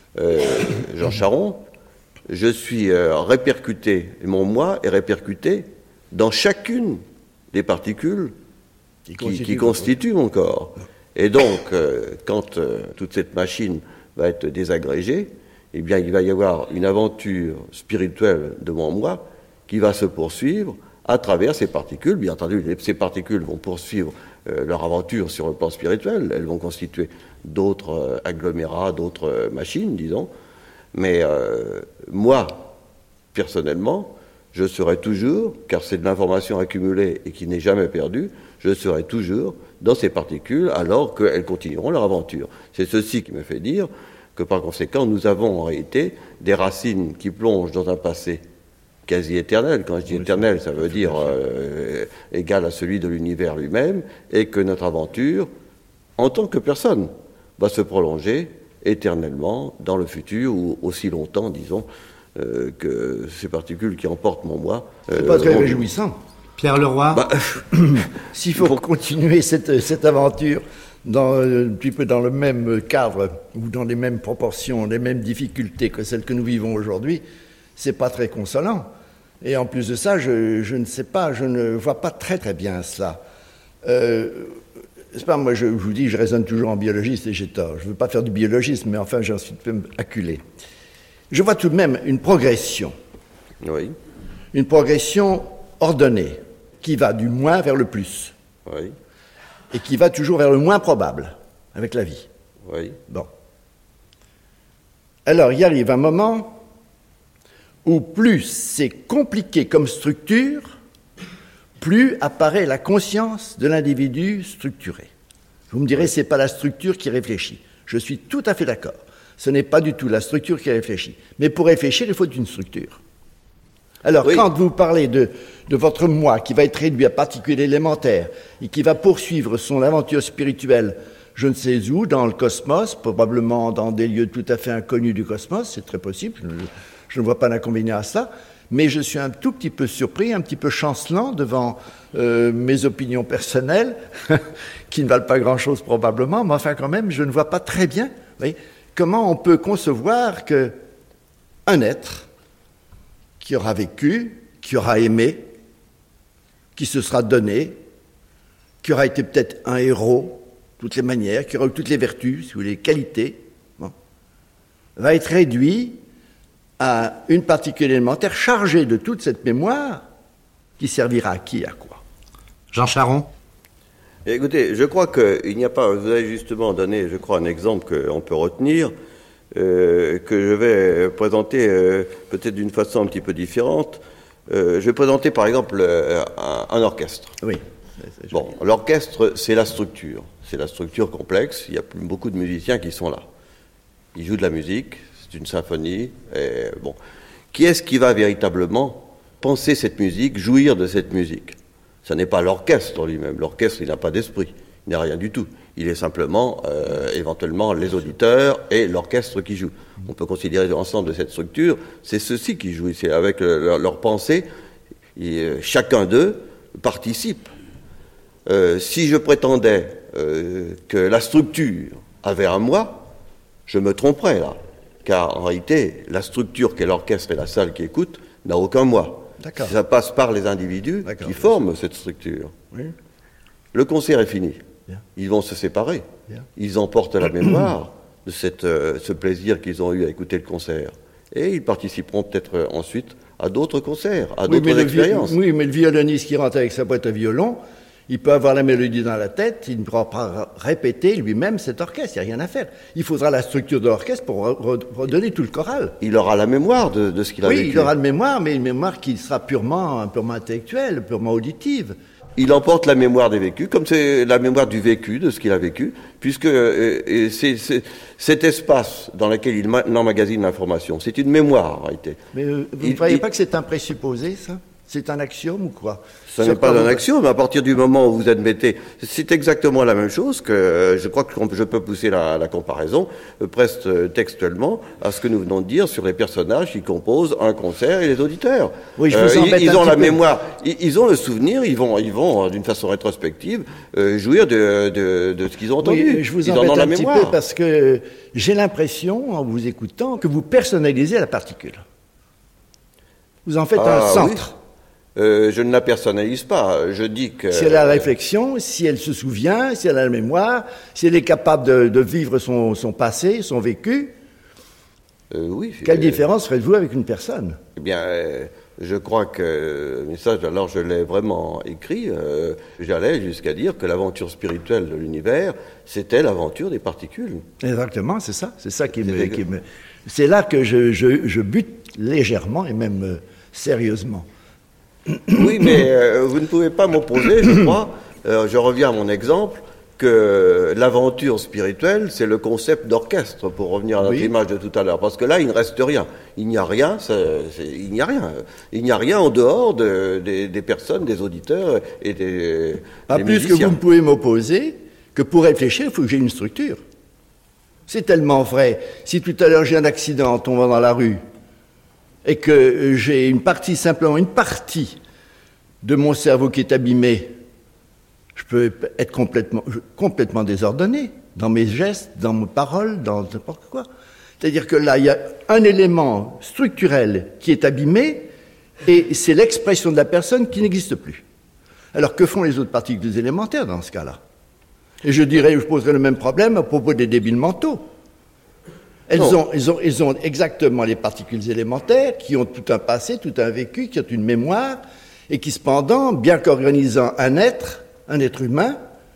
Jean Charron, je suis répercuté, mon moi est répercuté dans chacune des particules qui constituent mon corps. Et donc, quand toute cette machine va être désagrégée, eh bien, il va y avoir une aventure spirituelle de mon moi qui va se poursuivre à travers ces particules. Bien entendu, ces particules vont poursuivre leur aventure sur le plan spirituel. Elles vont constituer d'autres agglomérats, d'autres machines, disons. Mais moi, personnellement, je serai toujours, car c'est de l'information accumulée et qui n'est jamais perdue, je serai toujours dans ces particules alors qu'elles continueront leur aventure. C'est ceci qui me fait dire que par conséquent, nous avons en réalité des racines qui plongent dans un passé quasi éternel. Quand je dis éternel, ça veut dire égal à celui de l'univers lui-même, et que notre aventure, en tant que personne, va se prolonger éternellement dans le futur, ou aussi longtemps, disons, que ces particules qui emportent mon moi. C'est pas très réjouissant. Pierre Leroy, s'il faut continuer cette aventure un petit peu dans le même cadre ou dans les mêmes proportions, les mêmes difficultés que celles que nous vivons aujourd'hui, c'est pas très consolant. Et en plus de ça, je ne sais pas, je ne vois pas très très bien cela. C'est pas, moi je vous dis, je raisonne toujours en biologiste et j'ai tort. Je ne veux pas faire du biologisme, mais enfin j'en suis un peu acculé. Je vois tout de même une progression. Oui. Une progression ordonnée, qui va du moins vers le plus. Oui. Et qui va toujours vers le moins probable, avec la vie. Oui. Bon. Alors, il arrive un moment où plus c'est compliqué comme structure, plus apparaît la conscience de l'individu structuré. Vous me direz, c'est pas la structure qui réfléchit. Je suis tout à fait d'accord. Ce n'est pas du tout la structure qui réfléchit. Mais pour réfléchir, il faut une structure. Alors, oui. Quand vous parlez de votre moi qui va être réduit à particules élémentaires et qui va poursuivre son aventure spirituelle, je ne sais où, dans le cosmos, probablement dans des lieux tout à fait inconnus du cosmos, c'est très possible, je ne vois pas d'inconvénient à ça, mais je suis un tout petit peu surpris, un petit peu chancelant devant mes opinions personnelles, qui ne valent pas grand-chose probablement, mais enfin quand même, je ne vois pas très bien, oui, comment on peut concevoir qu'un être qui aura vécu, qui aura aimé, qui se sera donné, qui aura été peut-être un héros, toutes les manières, qui aura eu toutes les vertus, si vous voulez, les qualités, bon, va être réduit à une particule élémentaire chargée de toute cette mémoire qui servira à qui, à quoi? Jean Charron. Écoutez, je crois qu'il n'y a pas, vous avez justement donné, je crois, un exemple qu'on peut retenir, que je vais présenter peut-être d'une façon un petit peu différente. Je vais présenter par exemple un orchestre. Oui. Bon, l'orchestre, c'est la structure. C'est la structure complexe. Il y a beaucoup de musiciens qui sont là. Ils jouent de la musique, c'est une symphonie. Et bon. Qui est-ce qui va véritablement penser cette musique, jouir de cette musique? Ce n'est pas l'orchestre lui-même. L'orchestre, il n'a pas d'esprit. Il n'a rien du tout. Il est simplement, éventuellement, les auditeurs et l'orchestre qui joue. On peut considérer l'ensemble de cette structure, c'est ceux-ci qui jouent. C'est avec leur pensée, et, chacun d'eux participe. Si je prétendais que la structure avait un moi, je me tromperais là. Car en réalité, la structure qu'est l'orchestre et la salle qui écoute n'a aucun moi. Ça passe par les individus qui forment cette structure. Oui. Le concert est fini. Bien. Ils vont se séparer. Bien. Ils emportent la mémoire de ce plaisir qu'ils ont eu à écouter le concert. Et ils participeront peut-être ensuite à d'autres concerts, à d'autres expériences. Oui, mais le violoniste qui rentre avec sa boîte à violon, il peut avoir la mélodie dans la tête, il ne pourra pas répéter lui-même cet orchestre, il n'y a rien à faire. Il faudra la structure de l'orchestre pour redonner tout le choral. Il aura la mémoire de ce qu'il a vécu. Oui, il aura la mémoire, mais une mémoire qui sera purement intellectuelle, purement auditive. Il emporte la mémoire des vécus, comme c'est la mémoire du vécu, de ce qu'il a vécu, puisque c'est cet espace dans lequel il emmagasine l'information, c'est une mémoire en réalité. Mais vous ne croyez pas que c'est un présupposé, ça ? C'est un axiome ou quoi? Ce n'est pas un axiome, à partir du moment où vous admettez, c'est exactement la même chose que, je crois que je peux pousser la comparaison, presque textuellement, à ce que nous venons de dire sur les personnages qui composent un concert et les auditeurs. Oui, je vous embête ils ont la mémoire, ils ont le souvenir, ils vont d'une façon rétrospective, jouir de ce qu'ils ont entendu. Oui, je vous embête un petit peu parce que j'ai l'impression, en vous écoutant, que vous personnalisez la particule. Vous en faites un centre. Oui. Je ne la personnalise pas, je dis que... Si elle a la réflexion, si elle se souvient, si elle a la mémoire, si elle est capable de vivre son passé, son vécu, oui. Quelle différence ferez-vous avec une personne? Eh bien, je crois que le message, alors je l'ai vraiment écrit, j'allais jusqu'à dire que l'aventure spirituelle de l'univers, c'était l'aventure des particules. Exactement, c'est ça qui me... C'est là que je bute légèrement et même sérieusement. Oui, mais vous ne pouvez pas m'opposer, je crois, je reviens à mon exemple, que l'aventure spirituelle, c'est le concept d'orchestre, pour revenir à notre image de tout à l'heure. Parce que là, il ne reste rien. Il n'y a rien, il n'y a rien. Il n'y a rien en dehors des personnes, des auditeurs et des Pas plus musiciens. Que vous ne pouvez m'opposer, que pour réfléchir, il faut que j'ai une structure. C'est tellement vrai. Si tout à l'heure j'ai un accident en tombant dans la rue, et que j'ai simplement une partie de mon cerveau qui est abîmée, je peux être complètement désordonné dans mes gestes, dans mes paroles, dans n'importe quoi. C'est-à-dire que là, il y a un élément structurel qui est abîmé, et c'est l'expression de la personne qui n'existe plus. Alors que font les autres particules élémentaires dans ce cas-là? Et je poserai le même problème à propos des débiles mentaux. Elles ont exactement les particules élémentaires qui ont tout un passé, tout un vécu, qui ont une mémoire, et qui cependant, bien qu'organisant un être humain,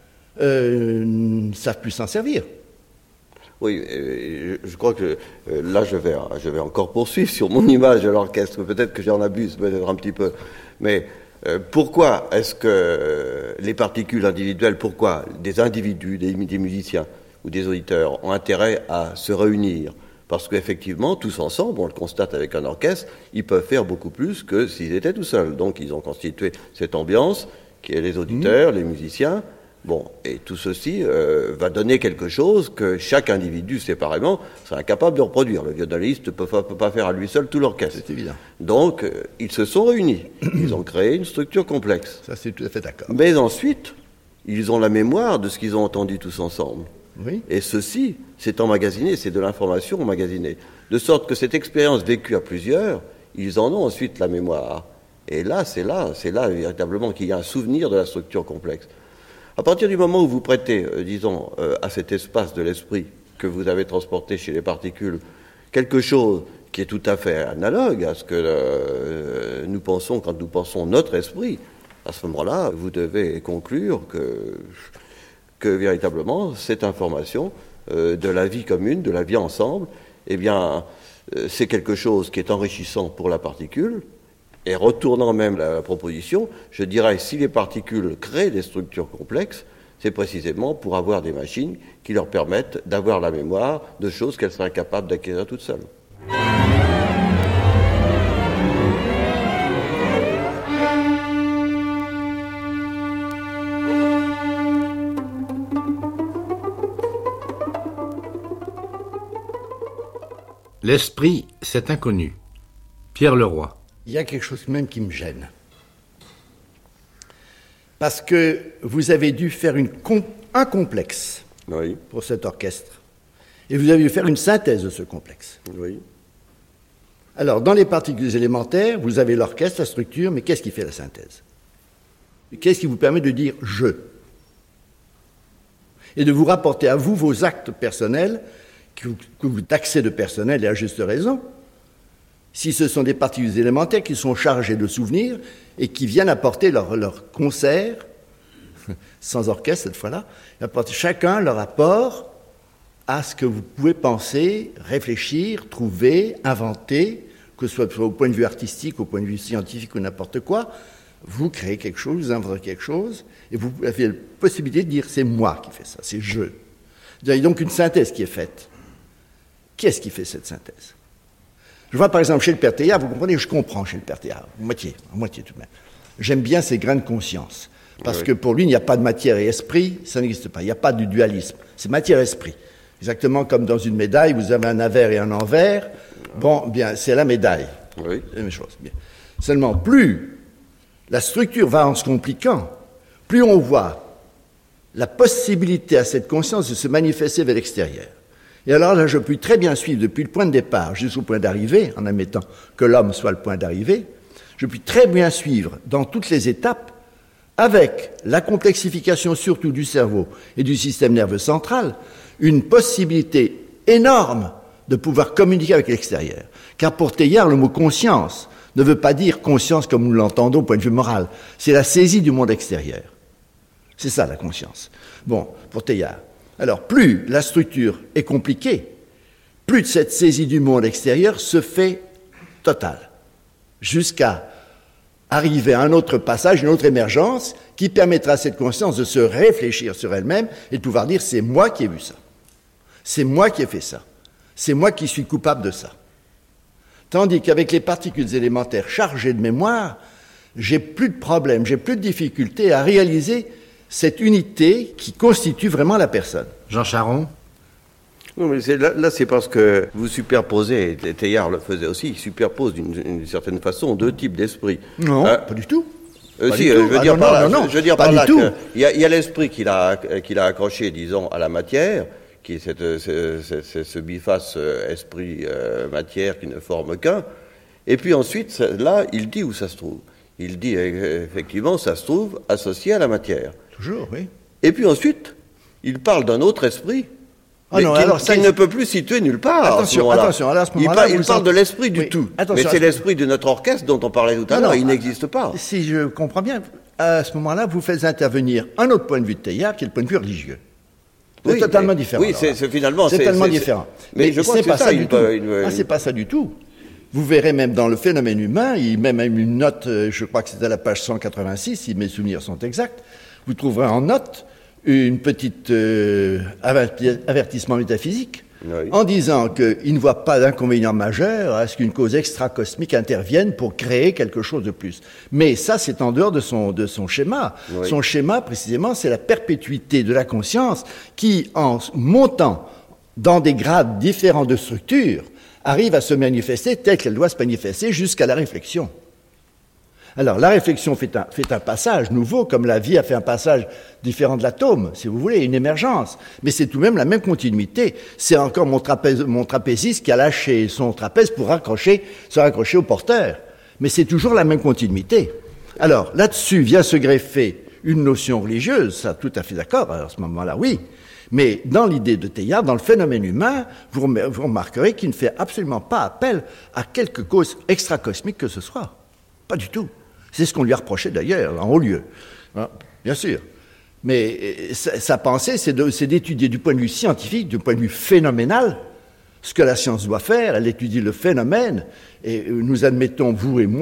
ne savent plus s'en servir. Oui, je crois que là je vais encore poursuivre sur mon image de l'orchestre, peut-être que j'en abuse peut-être un petit peu, mais pourquoi est-ce que les particules individuelles, pourquoi des individus, des musiciens, ou des auditeurs ont intérêt à se réunir, parce qu'effectivement, tous ensemble, on le constate avec un orchestre, ils peuvent faire beaucoup plus que s'ils étaient tout seuls. Donc ils ont constitué cette ambiance, qui est les auditeurs, les musiciens, bon, et tout ceci va donner quelque chose que chaque individu, séparément, sera incapable de reproduire. Le violoniste ne peut pas faire à lui seul tout l'orchestre. C'est évident. Donc, ils se sont réunis, ils ont créé une structure complexe. Ça, c'est tout à fait d'accord. Mais ensuite, ils ont la mémoire de ce qu'ils ont entendu tous ensemble. Oui. Et ceci, c'est emmagasiné, c'est de l'information emmagasinée. De sorte que cette expérience vécue à plusieurs, ils en ont ensuite la mémoire. Et là, c'est là véritablement qu'il y a un souvenir de la structure complexe. À partir du moment où vous prêtez, à cet espace de l'esprit que vous avez transporté chez les particules, quelque chose qui est tout à fait analogue à ce que nous pensons quand nous pensons notre esprit, à ce moment-là, vous devez conclure que véritablement, cette information de la vie commune, de la vie ensemble, eh bien, c'est quelque chose qui est enrichissant pour la particule Et retournant même la proposition, je dirais que si les particules créent des structures complexes, c'est précisément pour avoir des machines qui leur permettent d'avoir la mémoire de choses qu'elles seraient incapables d'acquérir toutes seules. L'esprit, c'est inconnu. Pierre Leroy. Il y a quelque chose même qui me gêne. Parce que vous avez dû faire un complexe pour cet orchestre. Et vous avez dû faire une synthèse de ce complexe. Oui. Alors, dans les particules élémentaires, vous avez l'orchestre, la structure, mais qu'est-ce qui fait la synthèse? Qu'est-ce qui vous permet de dire « je » et de vous rapporter à vous vos actes personnels que vous taxez de personnel, et à juste raison, si ce sont des particules élémentaires qui sont chargées de souvenirs et qui viennent apporter leur concert, sans orchestre cette fois-là, apporter chacun leur apport à ce que vous pouvez penser, réfléchir, trouver, inventer, que ce soit au point de vue artistique, au point de vue scientifique ou n'importe quoi. Vous créez quelque chose, vous inventez quelque chose, et vous avez la possibilité de dire « c'est moi qui fais ça, c'est je ». Il y a donc une synthèse qui est faite. Qui est-ce qui fait cette synthèse? Je vois par exemple chez le père Teilhard, vous comprenez, je comprends chez le père Teilhard, à moitié tout de même. J'aime bien ces grains de conscience, parce que pour lui, il n'y a pas de matière et esprit, ça n'existe pas, il n'y a pas de dualisme, c'est matière-esprit. Exactement comme dans une médaille, vous avez un avers et un envers, bon, bien, c'est la médaille, c'est la même chose. Bien. Seulement, plus la structure va en se compliquant, plus on voit la possibilité à cette conscience de se manifester vers l'extérieur. Et alors là, je puis très bien suivre depuis le point de départ jusqu'au point d'arrivée, en admettant que l'homme soit le point d'arrivée, je puis très bien suivre dans toutes les étapes, avec la complexification surtout du cerveau et du système nerveux central, une possibilité énorme de pouvoir communiquer avec l'extérieur. Car pour Teilhard, le mot conscience ne veut pas dire conscience comme nous l'entendons au point de vue moral, c'est la saisie du monde extérieur. C'est ça la conscience. Bon, pour Teilhard. Alors, plus la structure est compliquée, plus de cette saisie du monde extérieur se fait totale, jusqu'à arriver à un autre passage, une autre émergence, qui permettra à cette conscience de se réfléchir sur elle-même et de pouvoir dire « c'est moi qui ai vu ça, c'est moi qui ai fait ça, c'est moi qui suis coupable de ça ». Tandis qu'avec les particules élémentaires chargées de mémoire, j'ai plus de problèmes, j'ai plus de difficultés à réaliser cette unité qui constitue vraiment la personne. Jean Charron. Non, mais là, c'est parce que vous superposez, et Teilhard le faisait aussi, il superpose d'une certaine façon deux types d'esprit. Non, pas du tout. Je veux dire par là qu'il y a l'esprit qu'il a accroché, disons, à la matière, qui est ce biface esprit-matière qui ne forme qu'un. Et puis ensuite, là, il dit où ça se trouve. Il dit, effectivement, ça se trouve associé à la matière. Toujours, oui. Et puis ensuite, il parle d'un autre esprit, mais qui ne peut plus situer nulle part. Attention, alors à ce moment-là, il parle de l'esprit du tout. Mais c'est l'esprit de notre orchestre dont on parlait tout à l'heure, il n'existe pas. Si je comprends bien, à ce moment-là, vous faites intervenir un autre point de vue de Teilhard, qui est le point de vue religieux. C'est totalement différent. Oui, c'est finalement... C'est tellement différent. Mais je crois que c'est ça du tout. C'est pas ça du tout. Vous verrez même dans le phénomène humain, il met même une note, je crois que c'est à la page 186, si mes souvenirs sont exacts, vous trouverez en note une petite avertissement métaphysique en disant qu'il ne voit pas d'inconvénient majeur à ce qu'une cause extracosmique intervienne pour créer quelque chose de plus. Mais ça, c'est en dehors de son schéma. Oui. Son schéma, précisément, c'est la perpétuité de la conscience qui, en montant dans des grades différents de structure, arrive à se manifester telle qu'elle doit se manifester jusqu'à la réflexion. Alors, la réflexion fait un passage nouveau, comme la vie a fait un passage différent de l'atome, si vous voulez, une émergence. Mais c'est tout de même la même continuité. C'est encore mon trapéziste qui a lâché son trapèze pour se raccrocher au porteur. Mais c'est toujours la même continuité. Alors, là-dessus vient se greffer une notion religieuse, ça, tout à fait d'accord, à ce moment-là, oui. Mais dans l'idée de Teilhard, dans le phénomène humain, vous remarquerez qu'il ne fait absolument pas appel à quelque cause extracosmique que ce soit. Pas du tout. C'est ce qu'on lui a reproché d'ailleurs, en haut lieu. Bien sûr. Mais sa pensée, c'est d'étudier du point de vue scientifique, du point de vue phénoménal, ce que la science doit faire. Elle étudie le phénomène. Et nous admettons, vous et moi,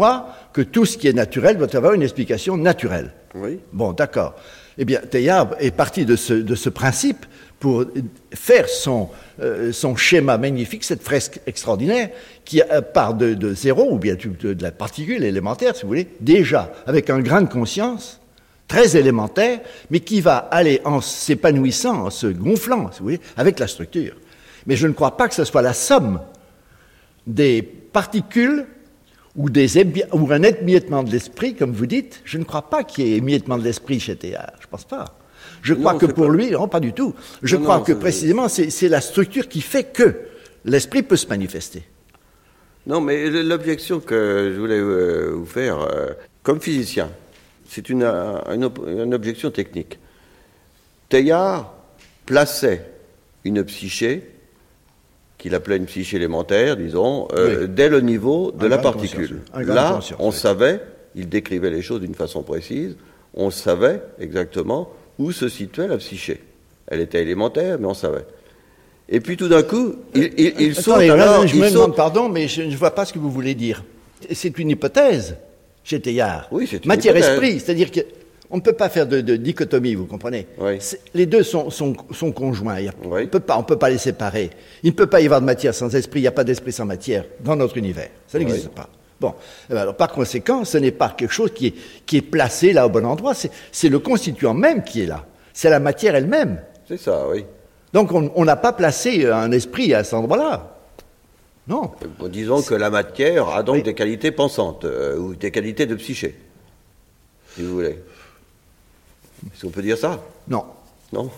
que tout ce qui est naturel doit avoir une explication naturelle. Oui. Bon, d'accord. Eh bien, Teilhard est parti de ce principe pour faire son schéma magnifique, cette fresque extraordinaire, qui part de zéro, ou bien de la particule élémentaire, si vous voulez, déjà, avec un grain de conscience très élémentaire, mais qui va aller en s'épanouissant, en se gonflant, si vous voulez, avec la structure. Mais je ne crois pas que ce soit la somme des particules ou un émiettement de l'esprit, comme vous dites. Je ne crois pas qu'il y ait émiettement de l'esprit chez Teilhard. Je ne pense pas. Je crois que pour lui, non, pas du tout. Je crois que précisément, c'est la structure qui fait que l'esprit peut se manifester. Non, mais l'objection que je voulais vous faire, comme physicien, c'est une objection technique. Teilhard plaçait une psyché, qu'il appelait une psyché élémentaire, disons, dès le niveau de la particule. Là, on savait, il décrivait les choses d'une façon précise, on savait exactement où se situait la psyché. Elle était élémentaire, mais on savait. Et puis tout d'un coup, il saute alors... Je me demande pardon, mais je ne vois pas ce que vous voulez dire. C'est une hypothèse chez Teilhard. Oui, c'est une matière-esprit, c'est-à-dire qu'on ne peut pas faire de dichotomie, vous comprenez. Oui. Les deux sont conjoints. Oui. On ne peut pas les séparer. Il ne peut pas y avoir de matière sans esprit, il n'y a pas d'esprit sans matière dans notre univers. Ça n'existe pas. Bon, alors, par conséquent, ce n'est pas quelque chose qui est placé là au bon endroit, c'est le constituant même qui est là. C'est la matière elle-même. C'est ça, oui. Donc on n'a pas placé un esprit à cet endroit-là. Non. Disons que la matière a donc des qualités pensantes, ou des qualités de psyché, si vous voulez. Est-ce qu'on peut dire ça? Non. Non.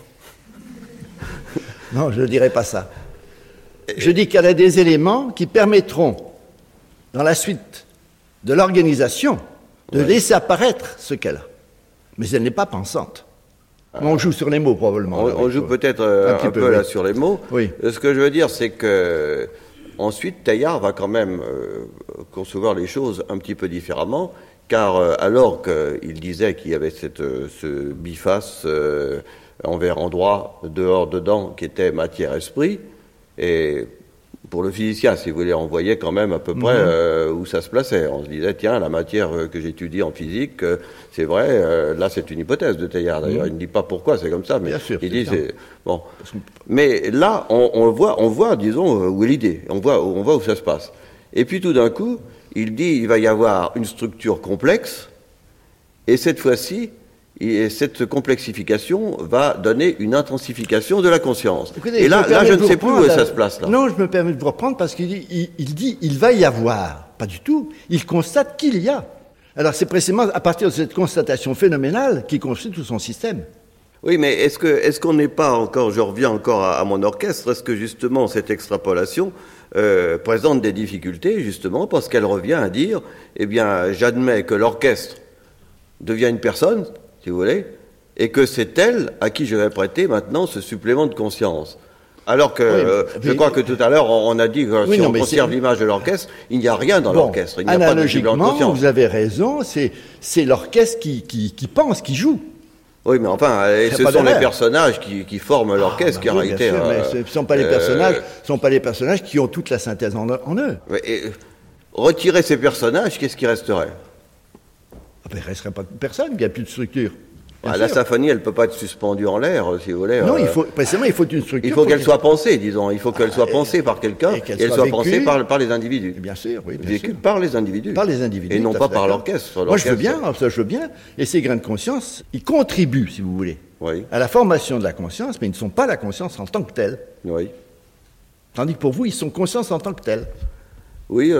Non, je ne dirais pas ça. Je dis qu'elle a des éléments qui permettront, dans la suite de l'organisation, de laisser apparaître ce qu'elle a. Mais elle n'est pas pensante. On joue sur les mots, probablement. On joue peut-être un peu là sur les mots. Oui. Ce que je veux dire, c'est que ensuite, Teilhard va quand même concevoir les choses un petit peu différemment, car alors qu'il disait qu'il y avait ce biface envers endroit, dehors, dedans, qui était matière-esprit, et pour le physicien, si vous voulez, on voyait quand même à peu près où ça se plaçait. On se disait, tiens, la matière que j'étudie en physique, c'est vrai, là c'est une hypothèse de Teilhard d'ailleurs, il ne dit pas pourquoi c'est comme ça, mais bien sûr, il dit c'est... Bon. Mais là, on voit, disons, où est l'idée, on voit où ça se passe. Et puis tout d'un coup, il dit, il va y avoir une structure complexe, et cette fois-ci, cette complexification va donner une intensification de la conscience. Écoutez, et là, je ne sais plus où ça se place là. Non, je me permets de vous reprendre parce qu'il dit il va y avoir. Pas du tout. Il constate qu'il y a. Alors c'est précisément à partir de cette constatation phénoménale qu'il construit tout son système. Oui, mais est-ce qu'on n'est pas encore, je reviens encore à mon orchestre, est-ce que justement cette extrapolation présente des difficultés justement parce qu'elle revient à dire, eh bien, j'admets que l'orchestre devient une personne, si vous voulez, et que c'est elle à qui je vais prêter maintenant ce supplément de conscience. Alors que je crois que tout à l'heure, on a dit que si on conserve l'image de l'orchestre, il n'y a rien dans l'orchestre. Il n'y a pas de supplément de conscience. Vous avez raison, c'est l'orchestre qui pense, qui joue. Oui, mais enfin, ce sont les personnages qui forment l'orchestre, qui en réalité... Bien sûr, mais ce ne sont pas les personnages qui ont toute la synthèse en eux. Et retirer ces personnages, qu'est-ce qui resterait? Il ne resterait pas personne, il n'y a plus de structure. La symphonie, elle ne peut pas être suspendue en l'air, si vous voulez. Non, précisément, il faut une structure. Il faut qu'elle soit pensée, disons. Il faut qu'elle soit pensée par quelqu'un et qu'elle soit pensée par les individus. Bien sûr, oui. Vécue par les individus. Par les individus. Et non pas par l'orchestre. Moi, je veux bien. Et ces grains de conscience, ils contribuent, si vous voulez, à la formation de la conscience, mais ils ne sont pas la conscience en tant que telle. Oui. Tandis que pour vous, ils sont conscience en tant que telle. Oui,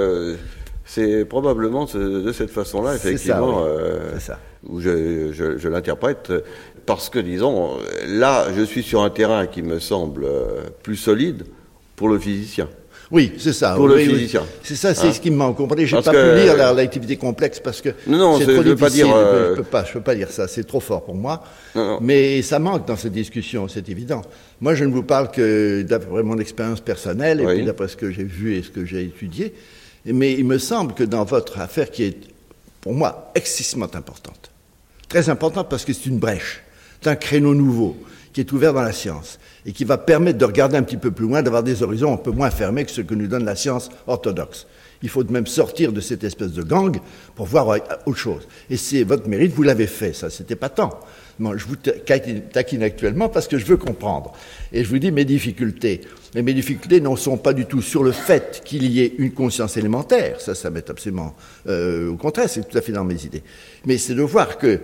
c'est probablement de cette façon-là, effectivement, c'est ça. Où je l'interprète, parce que, disons, là, je suis sur un terrain qui me semble plus solide pour le physicien. Oui, c'est ça. Pour le physicien. C'est ça, c'est ce qui me manque. Vous comprenez, je n'ai pas pu lire l'activité complexe parce que c'est trop difficile. Je peux pas dire ça, c'est trop fort pour moi. Non. Mais ça manque dans cette discussion, c'est évident. Moi, je ne vous parle que d'après mon expérience personnelle et puis d'après ce que j'ai vu et ce que j'ai étudié. Mais il me semble que dans votre affaire, qui est, pour moi, excessivement importante, très importante parce que c'est une brèche, c'est un créneau nouveau qui est ouvert dans la science et qui va permettre de regarder un petit peu plus loin, d'avoir des horizons un peu moins fermés que ce que nous donne la science orthodoxe. Il faut même sortir de cette espèce de gang pour voir autre chose. Et c'est votre mérite, vous l'avez fait, ça, c'était pas tant. Bon, je vous taquine actuellement parce que je veux comprendre. Et je vous dis mes difficultés. Mais mes difficultés ne sont pas du tout sur le fait qu'il y ait une conscience élémentaire. Ça m'est absolument... au contraire, c'est tout à fait dans mes idées. Mais c'est de voir que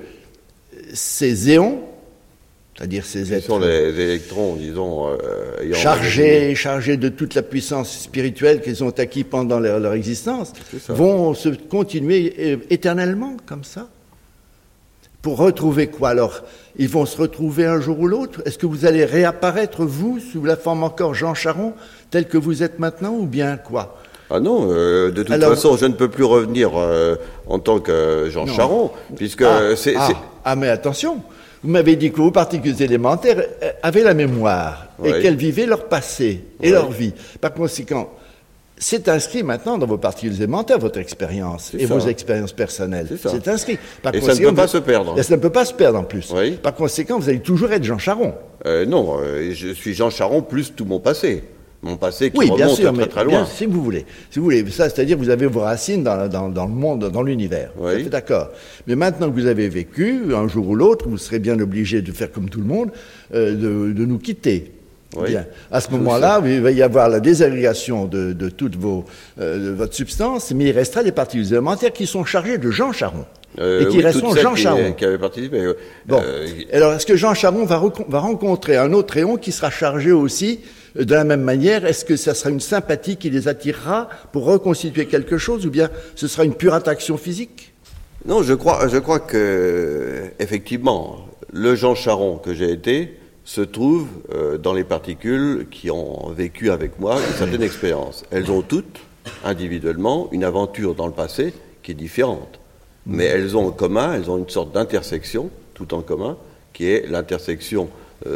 ces éons, c'est-à-dire ces êtres... Ce sont les électrons, disons... chargés de toute la puissance spirituelle qu'ils ont acquis pendant leur existence, vont se continuer éternellement comme ça. Pour retrouver quoi alors? Ils vont se retrouver un jour ou l'autre? Est-ce que vous allez réapparaître, vous, sous la forme encore Jean Charron, tel que vous êtes maintenant, ou bien quoi? Ah non, de toute façon, je ne peux plus revenir en tant que Jean Charron, puisque mais attention, vous m'avez dit que vos particules élémentaires avaient la mémoire, et qu'elles vivaient leur passé et leur vie. Par conséquent, c'est inscrit maintenant dans vos particules élémentaires, votre expérience et vos expériences personnelles. C'est inscrit. Et ça ne peut pas se perdre. Et ça ne peut pas se perdre en plus. Oui. Par conséquent, vous allez toujours être Jean Charron. Non, je suis Jean Charron plus tout mon passé. Mon passé qui remonte bien sûr, très loin. Si vous voulez. Ça, c'est-à-dire que vous avez vos racines dans le monde, dans l'univers. Oui. Tout à fait d'accord. Mais maintenant que vous avez vécu, un jour ou l'autre, vous serez bien obligé de faire comme tout le monde, de nous quitter. Oui. Bien. À ce moment-là, il va y avoir la désagrégation de toute de votre substance, mais il restera les particules élémentaires qui sont chargées de Jean Charron. Et qui resteront Jean Charron. Qui avaient participé. Bon. Alors, est-ce que Jean Charron va rencontrer un autre éon qui sera chargé aussi de la même manière? Est-ce que ça sera une sympathie qui les attirera pour reconstituer quelque chose, ou bien ce sera une pure attraction physique? Non, je crois que, effectivement, le Jean Charron que j'ai été se trouve dans les particules qui ont vécu avec moi une certaine expérience. Elles ont toutes, individuellement, une aventure dans le passé qui est différente. Mais elles ont en commun, elles ont une sorte d'intersection, tout en commun, qui est l'intersection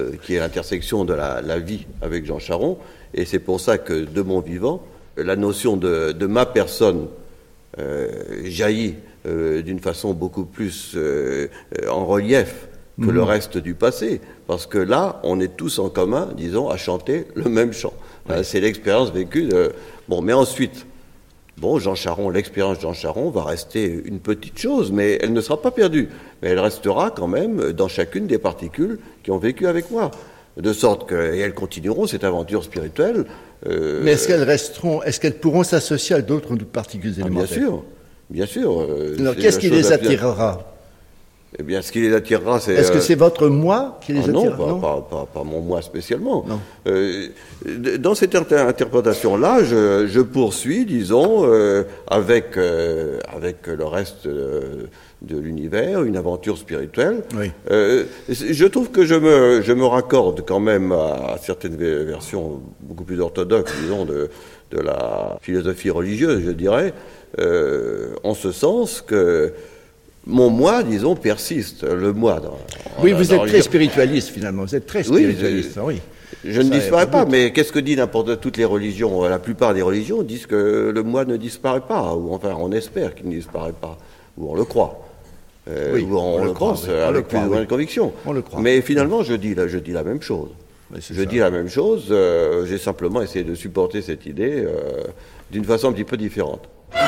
de la vie avec Jean Charron. Et c'est pour ça que, de mon vivant, la notion de ma personne jaillit d'une façon beaucoup plus en relief que le reste du passé, parce que là, on est tous en commun, disons, à chanter le même chant. C'est l'expérience vécue de... Bon, mais ensuite, Jean Charron, l'expérience de Jean Charron va rester une petite chose, mais elle ne sera pas perdue. Mais elle restera quand même dans chacune des particules qui ont vécu avec moi. De sorte qu'elles continueront cette aventure spirituelle. Mais est-ce qu'elles pourront s'associer à d'autres particules élémentaires? Bien sûr. Alors, qu'est-ce qui les attirera? Eh bien, ce qui les attirera, c'est... Est-ce que c'est votre moi qui les attirera? Non, pas mon moi spécialement. Non. Dans cette interprétation-là, je poursuis, disons, avec le reste de l'univers, une aventure spirituelle. Oui. Je trouve que je me raccorde quand même à certaines versions beaucoup plus orthodoxes, disons, de la philosophie religieuse, je dirais, en ce sens que mon moi, disons, persiste. Le moi. Vous êtes très spiritualiste, finalement. Vous êtes très spiritualiste, oui. Je ne disparais pas, mais qu'est-ce que dit toutes les religions? La plupart des religions disent que le moi ne disparaît pas, ou enfin, on espère qu'il ne disparaît pas, ou on le croit. Ou on le pense avec plus ou moins de conviction. On le croit. Mais finalement, je dis la même chose. Dis la même chose, j'ai simplement essayé de supporter cette idée d'une façon un petit peu différente.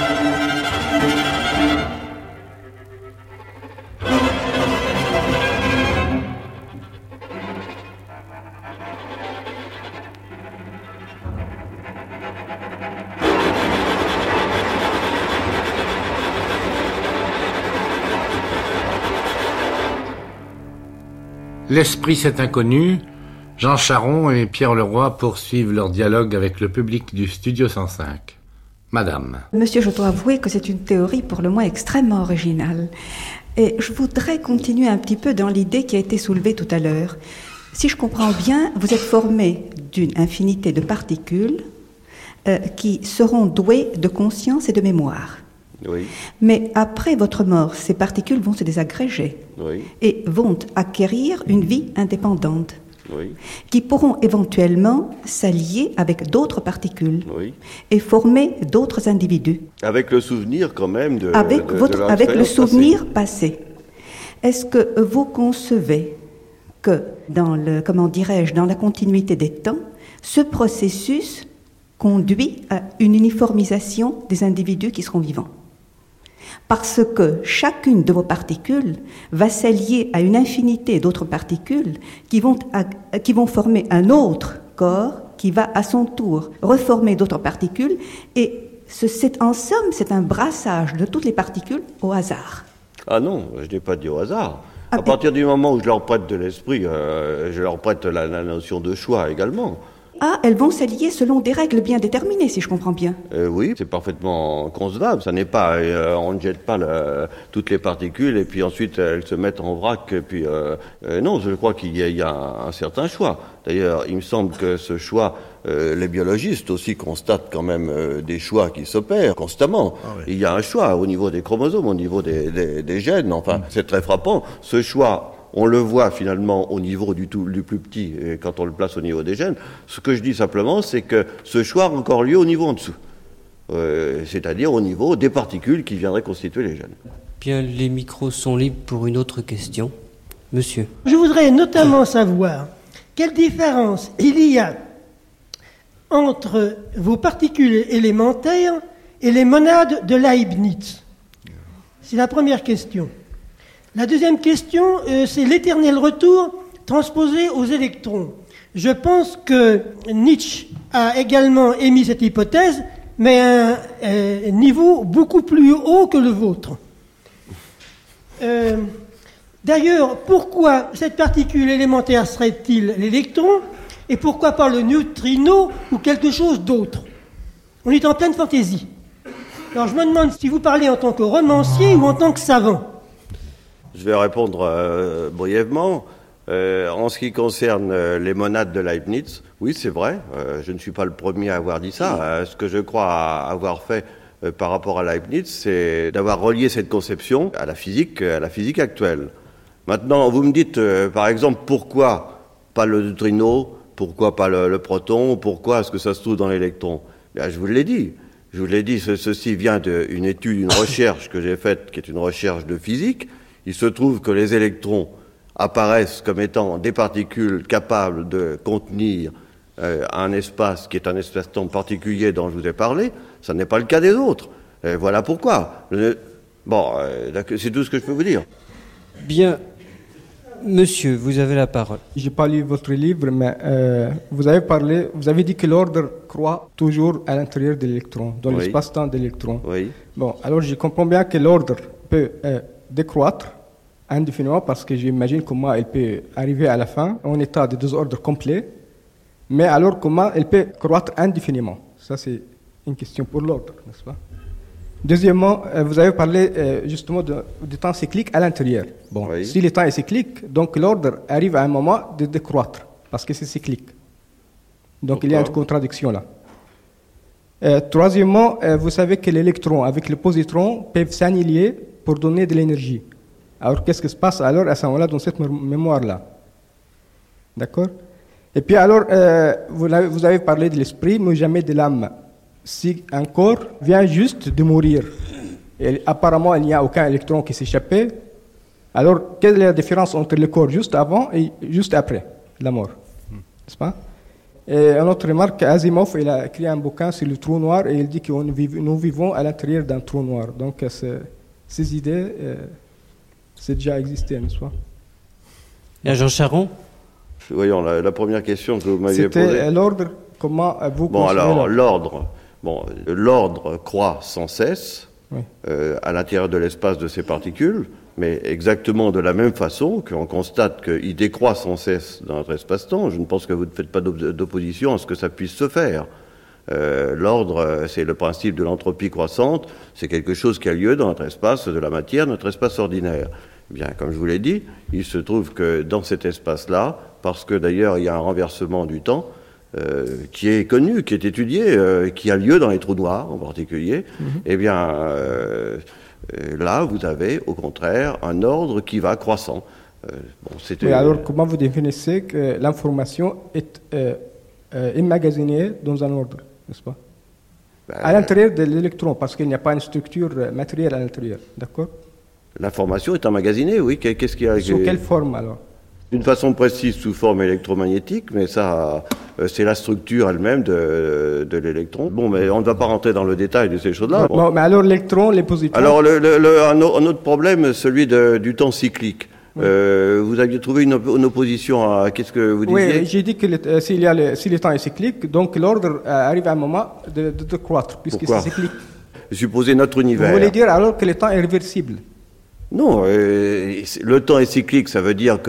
L'esprit c'est inconnu. Jean Charron et Pierre Leroy poursuivent leur dialogue avec le public du Studio 105. Madame. Monsieur, je dois avouer que c'est une théorie pour le moins extrêmement originale. Et je voudrais continuer un petit peu dans l'idée qui a été soulevée tout à l'heure. Si je comprends bien, vous êtes formé d'une infinité de particules qui seront douées de conscience et de mémoire. Oui. Mais après votre mort, ces particules vont se désagréger et vont acquérir une vie indépendante. Qui pourront éventuellement s'allier avec d'autres particules et former d'autres individus. Avec le souvenir quand même avec le souvenir passé. Est-ce que vous concevez que dans la continuité des temps, ce processus conduit à une uniformisation des individus qui seront vivants. Parce que chacune de vos particules va s'allier à une infinité d'autres particules qui vont former un autre corps qui va à son tour reformer d'autres particules, et en somme, c'est un brassage de toutes les particules au hasard. Ah non, je n'ai pas dit au hasard. À partir du moment où je leur prête de l'esprit, je leur prête la notion de choix également. Ah, elles vont s'allier selon des règles bien déterminées, si je comprends bien. Oui, c'est parfaitement concevable. Ça n'est pas, on ne jette pas toutes les particules et puis ensuite elles se mettent en vrac. Et puis non, je crois qu'il y a un certain choix. D'ailleurs, il me semble que ce choix, les biologistes aussi constatent quand même des choix qui s'opèrent constamment. Ah oui. Il y a un choix au niveau des chromosomes, au niveau des gènes. Enfin, c'est très frappant. Ce choix, on le voit finalement au niveau du plus petit, et quand on le place au niveau des gènes. Ce que je dis simplement, c'est que ce choix a encore lieu au niveau en dessous. C'est-à-dire au niveau des particules qui viendraient constituer les gènes. Bien, les micros sont libres pour une autre question. Monsieur. Je voudrais notamment savoir quelle différence il y a entre vos particules élémentaires et les monades de Leibniz. C'est la première question. La deuxième question, c'est l'éternel retour transposé aux électrons. Je pense que Nietzsche a également émis cette hypothèse, mais à un niveau beaucoup plus haut que le vôtre. D'ailleurs, pourquoi cette particule élémentaire serait-il l'électron, et pourquoi pas le neutrino ou quelque chose d'autre? On est en pleine fantaisie. Alors je me demande si vous parlez en tant que romancier ou en tant que savant. Je vais répondre brièvement. En ce qui concerne les monades de Leibniz, oui, c'est vrai. Je ne suis pas le premier à avoir dit ça. Ce que je crois avoir fait par rapport à Leibniz, c'est d'avoir relié cette conception à la physique actuelle. Maintenant, vous me dites, par exemple, pourquoi pas le neutrino, pourquoi pas le proton, pourquoi est-ce que ça se trouve dans l'électron? Bien, je vous l'ai dit. Ceci vient d'une étude, une recherche que j'ai faite, qui est une recherche de physique. Il se trouve que les électrons apparaissent comme étant des particules capables de contenir un espace qui est un espace-temps particulier dont je vous ai parlé. Ça n'est pas le cas des autres. Voilà pourquoi. C'est tout ce que je peux vous dire. Bien. Monsieur, vous avez la parole. Je n'ai pas lu votre livre, mais vous avez dit que l'ordre croît toujours à l'intérieur de l'électron, dans l'espace-temps de l'électron. Oui. Bon, alors je comprends bien que l'ordre peut décroître indéfiniment, parce que j'imagine comment elle peut arriver à la fin en état de désordre complet, mais alors comment elle peut croître indéfiniment? Ça, c'est une question pour l'ordre, n'est-ce pas? Deuxièmement, vous avez parlé justement du temps cyclique à l'intérieur. Bon, oui. Si le temps est cyclique, donc l'ordre arrive à un moment de décroître, parce que c'est cyclique. Donc pourquoi? Il y a une contradiction là. Troisièmement, vous savez que l'électron avec le positron peuvent s'annihiler pour donner de l'énergie. Alors qu'est-ce qui se passe alors à ce moment-là dans cette mémoire-là? D'accord? Et puis alors, vous avez parlé de l'esprit, mais jamais de l'âme. Si un corps vient juste de mourir, et apparemment il n'y a aucun électron qui s'échappait, alors quelle est la différence entre le corps juste avant et juste après la mort? N'est-ce pas? Et une autre remarque, Asimov, il a écrit un bouquin sur le trou noir et il dit que nous vivons à l'intérieur d'un trou noir. Donc ces idées, c'est déjà existé, n'est-ce pas? Et Jean Charron? Voyons, la première question que vous m'aviez posée. C'était l'ordre, comment vous concevez l'ordre? L'ordre croît sans cesse à l'intérieur de l'espace de ces particules, mais exactement de la même façon qu'on constate qu'il décroît sans cesse dans notre espace-temps. Je ne pense que vous ne faites pas d'opposition à ce que ça puisse se faire. L'ordre, c'est le principe de l'entropie croissante, c'est quelque chose qui a lieu dans notre espace de la matière, notre espace ordinaire. Bien, comme je vous l'ai dit, il se trouve que dans cet espace-là, parce que d'ailleurs il y a un renversement du temps, qui est connu, qui est étudié, qui a lieu dans les trous noirs en particulier, eh bien, là, vous avez au contraire un ordre qui va croissant. Mais alors, comment vous définissez que l'information est emmagasinée dans un ordre, n'est-ce pas? À l'intérieur de l'électron, parce qu'il n'y a pas une structure matérielle à l'intérieur, d'accord? L'information est emmagasinée, oui. Qu'est-ce qu'il y a? Sous quelle forme alors? D'une façon précise, sous forme électromagnétique, mais ça, c'est la structure elle-même de l'électron. Bon, mais on ne va pas rentrer dans le détail de ces choses-là. Bon, mais alors l'électron, les positrons... Alors, un autre problème, celui du temps cyclique. Vous aviez trouvé une opposition à... Qu'est-ce que vous disiez? Oui, j'ai dit que si le temps est cyclique, donc l'ordre arrive à un moment de croître, puisque c'est cyclique. Supposez notre univers. Vous voulez dire alors que le temps est réversible? Non, le temps est cyclique, ça veut dire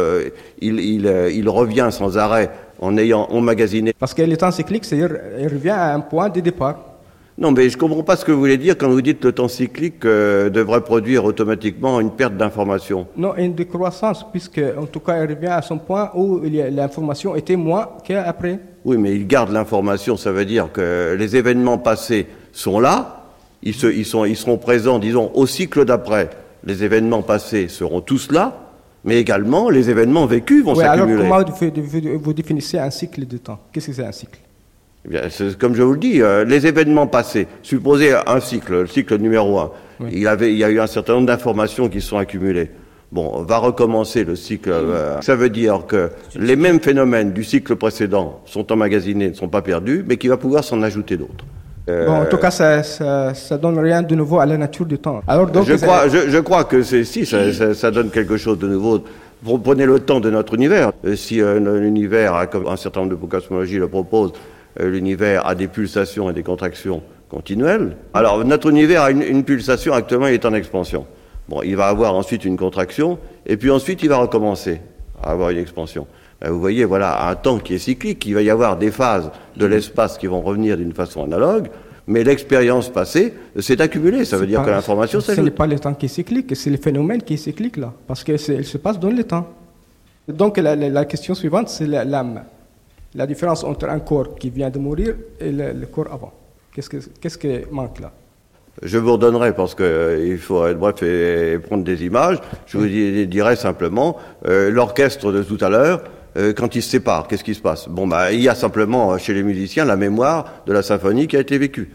qu'il revient sans arrêt en ayant emmagasiné. Parce que le temps cyclique, c'est-à-dire il revient à un point de départ. Non, mais je ne comprends pas ce que vous voulez dire quand vous dites que le temps cyclique devrait produire automatiquement une perte d'information. Non, une décroissance, puisque en tout cas, il revient à son point où l'information était moins qu'après. Oui, mais il garde l'information, ça veut dire que les événements passés sont là, ils seront présents, disons, au cycle d'après. Les événements passés seront tous là, mais également les événements vécus vont s'accumuler. Alors comment vous définissez un cycle de temps? Qu'est-ce que c'est un cycle? Eh bien, comme je vous le dis, les événements passés, supposez un cycle, le cycle numéro 1, oui. Il y a eu un certain nombre d'informations qui sont accumulées. Bon, on va recommencer le cycle. Ça veut dire que les mêmes phénomènes du cycle précédent sont emmagasinés, ne sont pas perdus, mais qu'il va pouvoir s'en ajouter d'autres. Bon, en tout cas, ça donne rien de nouveau à la nature du temps. Alors, donc, je crois que ça donne quelque chose de nouveau. Prenez le temps de notre univers. Si l'univers, comme un certain nombre de cosmologies le proposent, l'univers a des pulsations et des contractions continuelles. Alors, notre univers a une pulsation, actuellement, il est en expansion. Bon, il va avoir ensuite une contraction, et puis ensuite, il va recommencer à avoir une expansion. Vous voyez, voilà, un temps qui est cyclique, il va y avoir des phases de l'espace qui vont revenir d'une façon analogue, mais l'expérience passée s'est accumulée. Ça veut dire que l'information s'ajoute. Ce n'est pas le temps qui est cyclique, c'est le phénomène qui est cyclique, là, parce qu'il se passe dans le temps. Donc, la question suivante, c'est l'âme. La différence entre un corps qui vient de mourir et le corps avant. Qu'est-ce qui manque là? Je vous redonnerai parce qu'il faut être bref et prendre des images. Je vous dirai simplement, l'orchestre de tout à l'heure, quand il se sépare, qu'est-ce qui se passe? Bon, il y a simplement chez les musiciens la mémoire de la symphonie qui a été vécue.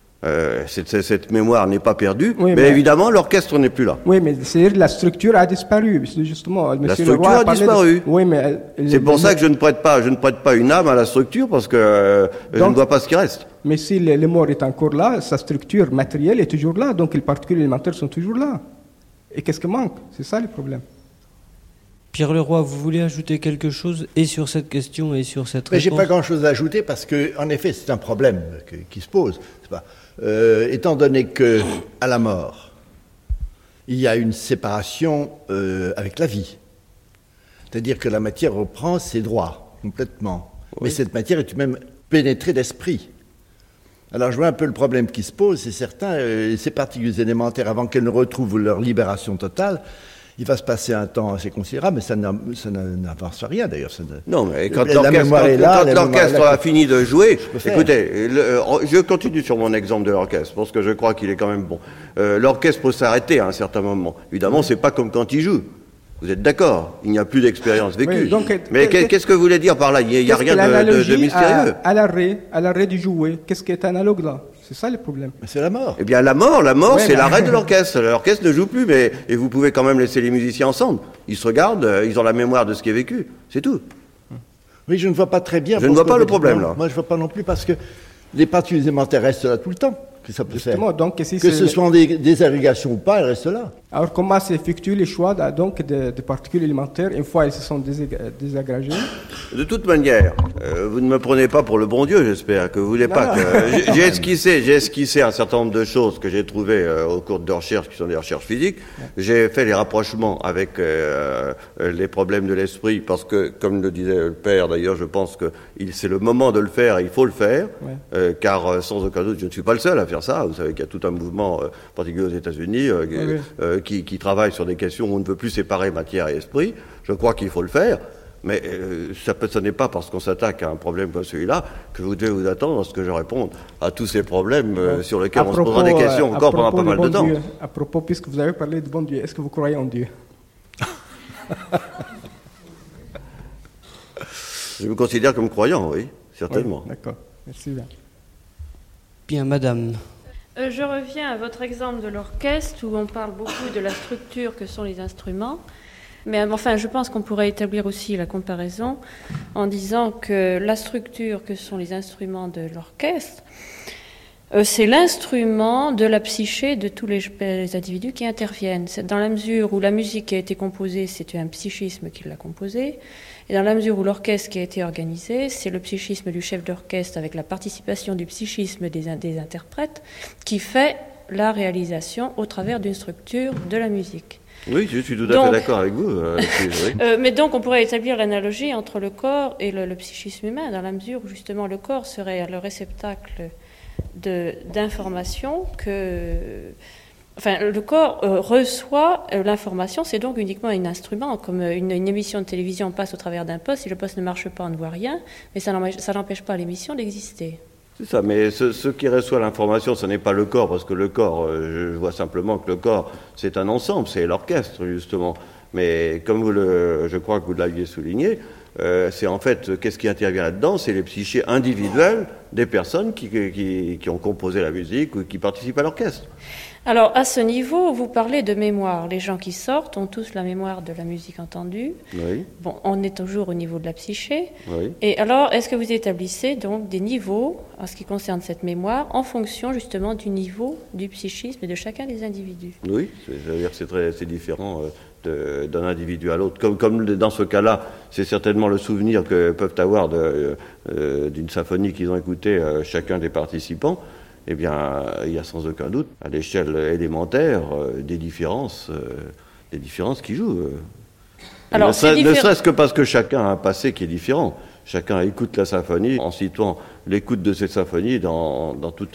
Cette mémoire n'est pas perdue, oui, mais évidemment l'orchestre n'est plus là. Oui, mais c'est-à-dire la structure a disparu, justement. La structure a disparu. Oui, mais c'est pour ça que je ne prête pas une âme à la structure parce que je ne vois pas ce qui reste. Mais si le mort est encore là, sa structure matérielle est toujours là, donc les particules élémentaires sont toujours là. Et qu'est-ce qui manque? C'est ça le problème. Pierre Leroy, vous voulez ajouter quelque chose et sur cette question et sur cette réponse? Mais j'ai pas grand-chose à ajouter parce que, en effet, c'est un problème qui se pose. C'est pas. Étant donné que à la mort, il y a une séparation avec la vie, c'est-à-dire que la matière reprend ses droits complètement, oui. Mais cette matière est même pénétrée d'esprit. Alors je vois un peu le problème qui se pose, c'est certain, ces particules élémentaires, avant qu'elles ne retrouvent leur libération totale, il va se passer un temps assez considérable, mais ça n'avance à rien d'ailleurs. Non, mais quand l'orchestre a fini de jouer, écoutez, je continue sur mon exemple de l'orchestre, parce que je crois qu'il est quand même bon. L'orchestre peut s'arrêter à un certain moment. Évidemment, c'est pas comme quand il joue. Vous êtes d'accord? Il n'y a plus d'expérience vécue. Oui, donc, mais qu'est-ce que vous voulez dire par là? Il n'y a rien de mystérieux. À l'arrêt du jouet, qu'est-ce qui est analogue là? C'est ça le problème. C'est la mort. Eh bien, la mort, ouais, c'est l'arrêt de l'orchestre. L'orchestre ne joue plus, et vous pouvez quand même laisser les musiciens ensemble. Ils se regardent, ils ont la mémoire de ce qui est vécu. C'est tout. Oui, je ne vois pas très bien. Je ne vois pas le problème, là. Moi, je ne vois pas non plus, parce que les particules élémentaires restent là tout le temps. Que ça peut faire. Donc, que ce soit des agrégations ou pas, elles restent là. Alors, comment s'effectue les choix donc, de particules élémentaires une fois elles se sont désagrégées? De toute manière, vous ne me prenez pas pour le bon Dieu, j'espère, que vous voulez pas que... J'ai esquissé un certain nombre de choses que j'ai trouvées au cours de recherches, qui sont des recherches physiques. J'ai fait les rapprochements avec les problèmes de l'esprit, parce que, comme le disait le père, d'ailleurs, je pense que c'est le moment de le faire et il faut le faire, car sans aucun doute, je ne suis pas le seul à faire ça. Vous savez qu'il y a tout un mouvement, en particulier aux États-Unis, qui travaille sur des questions où on ne veut plus séparer matière et esprit. Je crois qu'il faut le faire, mais ce n'est pas parce qu'on s'attaque à un problème comme celui-là que vous devez vous attendre à ce que je réponde à tous ces problèmes sur lesquels on se posera des questions encore pendant pas mal de temps. À propos, puisque vous avez parlé de bon Dieu, est-ce que vous croyez en Dieu? Je me considère comme croyant, oui, certainement. Oui, d'accord, merci bien. Bien, madame. Je reviens à votre exemple de l'orchestre où on parle beaucoup de la structure que sont les instruments. Mais enfin, je pense qu'on pourrait établir aussi la comparaison en disant que la structure que sont les instruments de l'orchestre, c'est l'instrument de la psyché de tous les individus qui interviennent. C'est dans la mesure où la musique qui a été composée, c'est un psychisme qui l'a composée, et dans la mesure où l'orchestre qui a été organisé, c'est le psychisme du chef d'orchestre avec la participation du psychisme des interprètes qui fait la réalisation au travers d'une structure de la musique. Oui, je suis tout à fait d'accord avec vous. Mais donc, on pourrait établir l'analogie entre le corps et le psychisme humain, dans la mesure où justement le corps serait le réceptacle d'informations que... Enfin, le corps reçoit l'information, c'est donc uniquement un instrument, comme une émission de télévision passe au travers d'un poste, si le poste ne marche pas, on ne voit rien, mais ça n'empêche pas l'émission d'exister. C'est ça, mais ce qui reçoit l'information, ce n'est pas le corps, parce que le corps, je vois simplement que le corps, c'est un ensemble, c'est l'orchestre, justement. Mais comme je crois que vous l'aviez souligné, c'est en fait, qu'est-ce qui intervient là-dedans? C'est les psychés individuelles des personnes qui ont composé la musique ou qui participent à l'orchestre. Alors, à ce niveau, vous parlez de mémoire. Les gens qui sortent ont tous la mémoire de la musique entendue. Oui. Bon, on est toujours au niveau de la psyché. Oui. Et alors, est-ce que vous établissez donc des niveaux en ce qui concerne cette mémoire en fonction justement du niveau du psychisme de chacun des individus? Oui, c'est-à-dire que c'est différent d'un individu à l'autre. Comme dans ce cas-là, c'est certainement le souvenir que peuvent avoir d'une symphonie qu'ils ont écoutée chacun des participants. Eh bien, il y a sans aucun doute, à l'échelle élémentaire, des différences qui jouent. Alors, ne serait-ce que parce que chacun a un passé qui est différent. Chacun écoute la symphonie en situant l'écoute de cette symphonie dans tout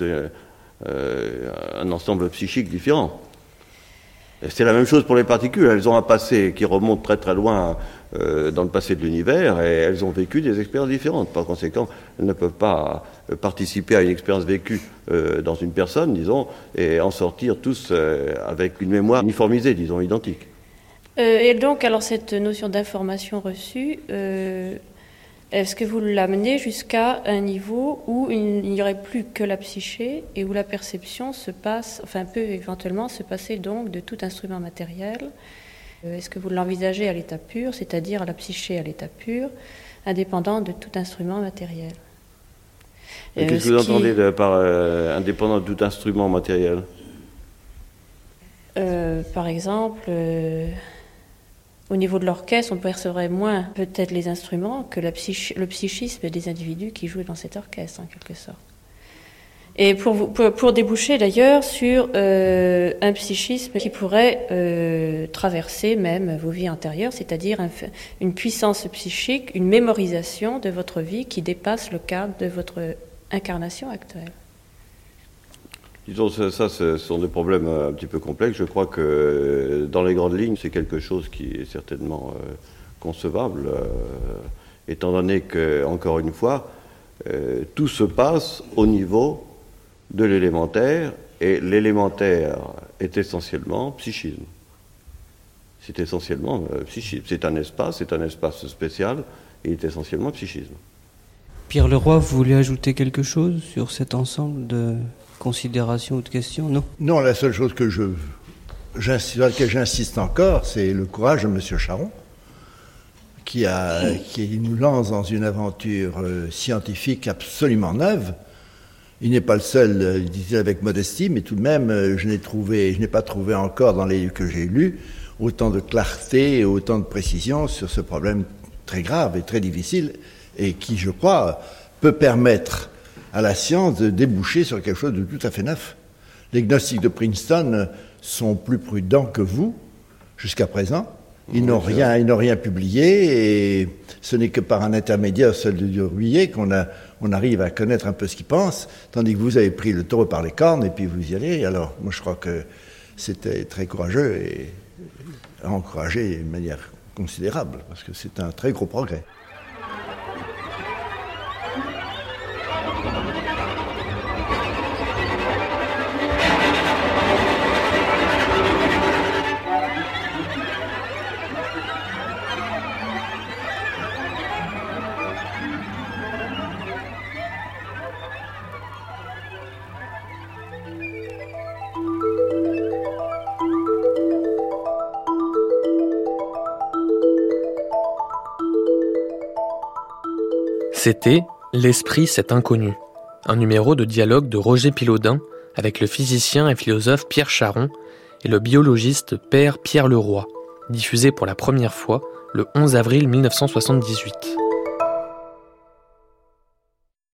un ensemble psychique différent. Et c'est la même chose pour les particules. Elles ont un passé qui remonte très très loin dans le passé de l'univers et elles ont vécu des expériences différentes. Par conséquent, elles ne peuvent pas participer à une expérience vécue dans une personne, disons, et en sortir tous avec une mémoire uniformisée, disons, identique. Et donc, alors, cette notion d'information reçue, est-ce que vous l'amenez jusqu'à un niveau où il n'y aurait plus que la psyché et où la perception peut éventuellement se passer donc de tout instrument matériel? Est-ce que vous l'envisagez à l'état pur, c'est-à-dire à la psyché à l'état pur, indépendant de tout instrument matériel? Qu'est-ce que vous entendez par indépendant de tout instrument matériel? Par exemple, au niveau de l'orchestre, on percevrait moins peut-être les instruments que le psychisme des individus qui jouent dans cet orchestre, en quelque sorte. Et pour déboucher d'ailleurs sur un psychisme qui pourrait traverser même vos vies antérieures, c'est-à-dire une puissance psychique, une mémorisation de votre vie qui dépasse le cadre de votre incarnation actuelle. Disons, ça, ce sont des problèmes un petit peu complexes. Je crois que dans les grandes lignes, c'est quelque chose qui est certainement concevable, étant donné que, encore une fois, tout se passe au niveau de l'élémentaire, et l'élémentaire est essentiellement psychisme. C'est essentiellement psychisme. C'est un espace spécial, et il est essentiellement psychisme. Pierre Leroy, vous voulez ajouter quelque chose sur cet ensemble de considérations ou de questions? Non. Non, la seule chose sur laquelle j'insiste encore, c'est le courage de M. Charron, qui nous lance dans une aventure scientifique absolument neuve. Il n'est pas le seul, dit-il avec modestie, mais tout de même, je n'ai pas trouvé encore dans les livres que j'ai lus autant de clarté et autant de précision sur ce problème très grave et très difficile, et qui, je crois, peut permettre à la science de déboucher sur quelque chose de tout à fait neuf. Les gnostiques de Princeton sont plus prudents que vous, jusqu'à présent. Ils n'ont rien publié, et ce n'est que par un intermédiaire, seul de Dieu Ruillet, qu'on arrive à connaître un peu ce qu'ils pensent, tandis que vous avez pris le taureau par les cornes, et puis vous y allez. Alors, moi, je crois que c'était très courageux, et à encourager d'une manière considérable, parce que c'est un très gros progrès. C'était L'esprit, c'est inconnu, un numéro de dialogue de Roger Pilaudin avec le physicien et philosophe Pierre Charon et le biologiste Père Pierre Leroy, diffusé pour la première fois le 11 avril 1978.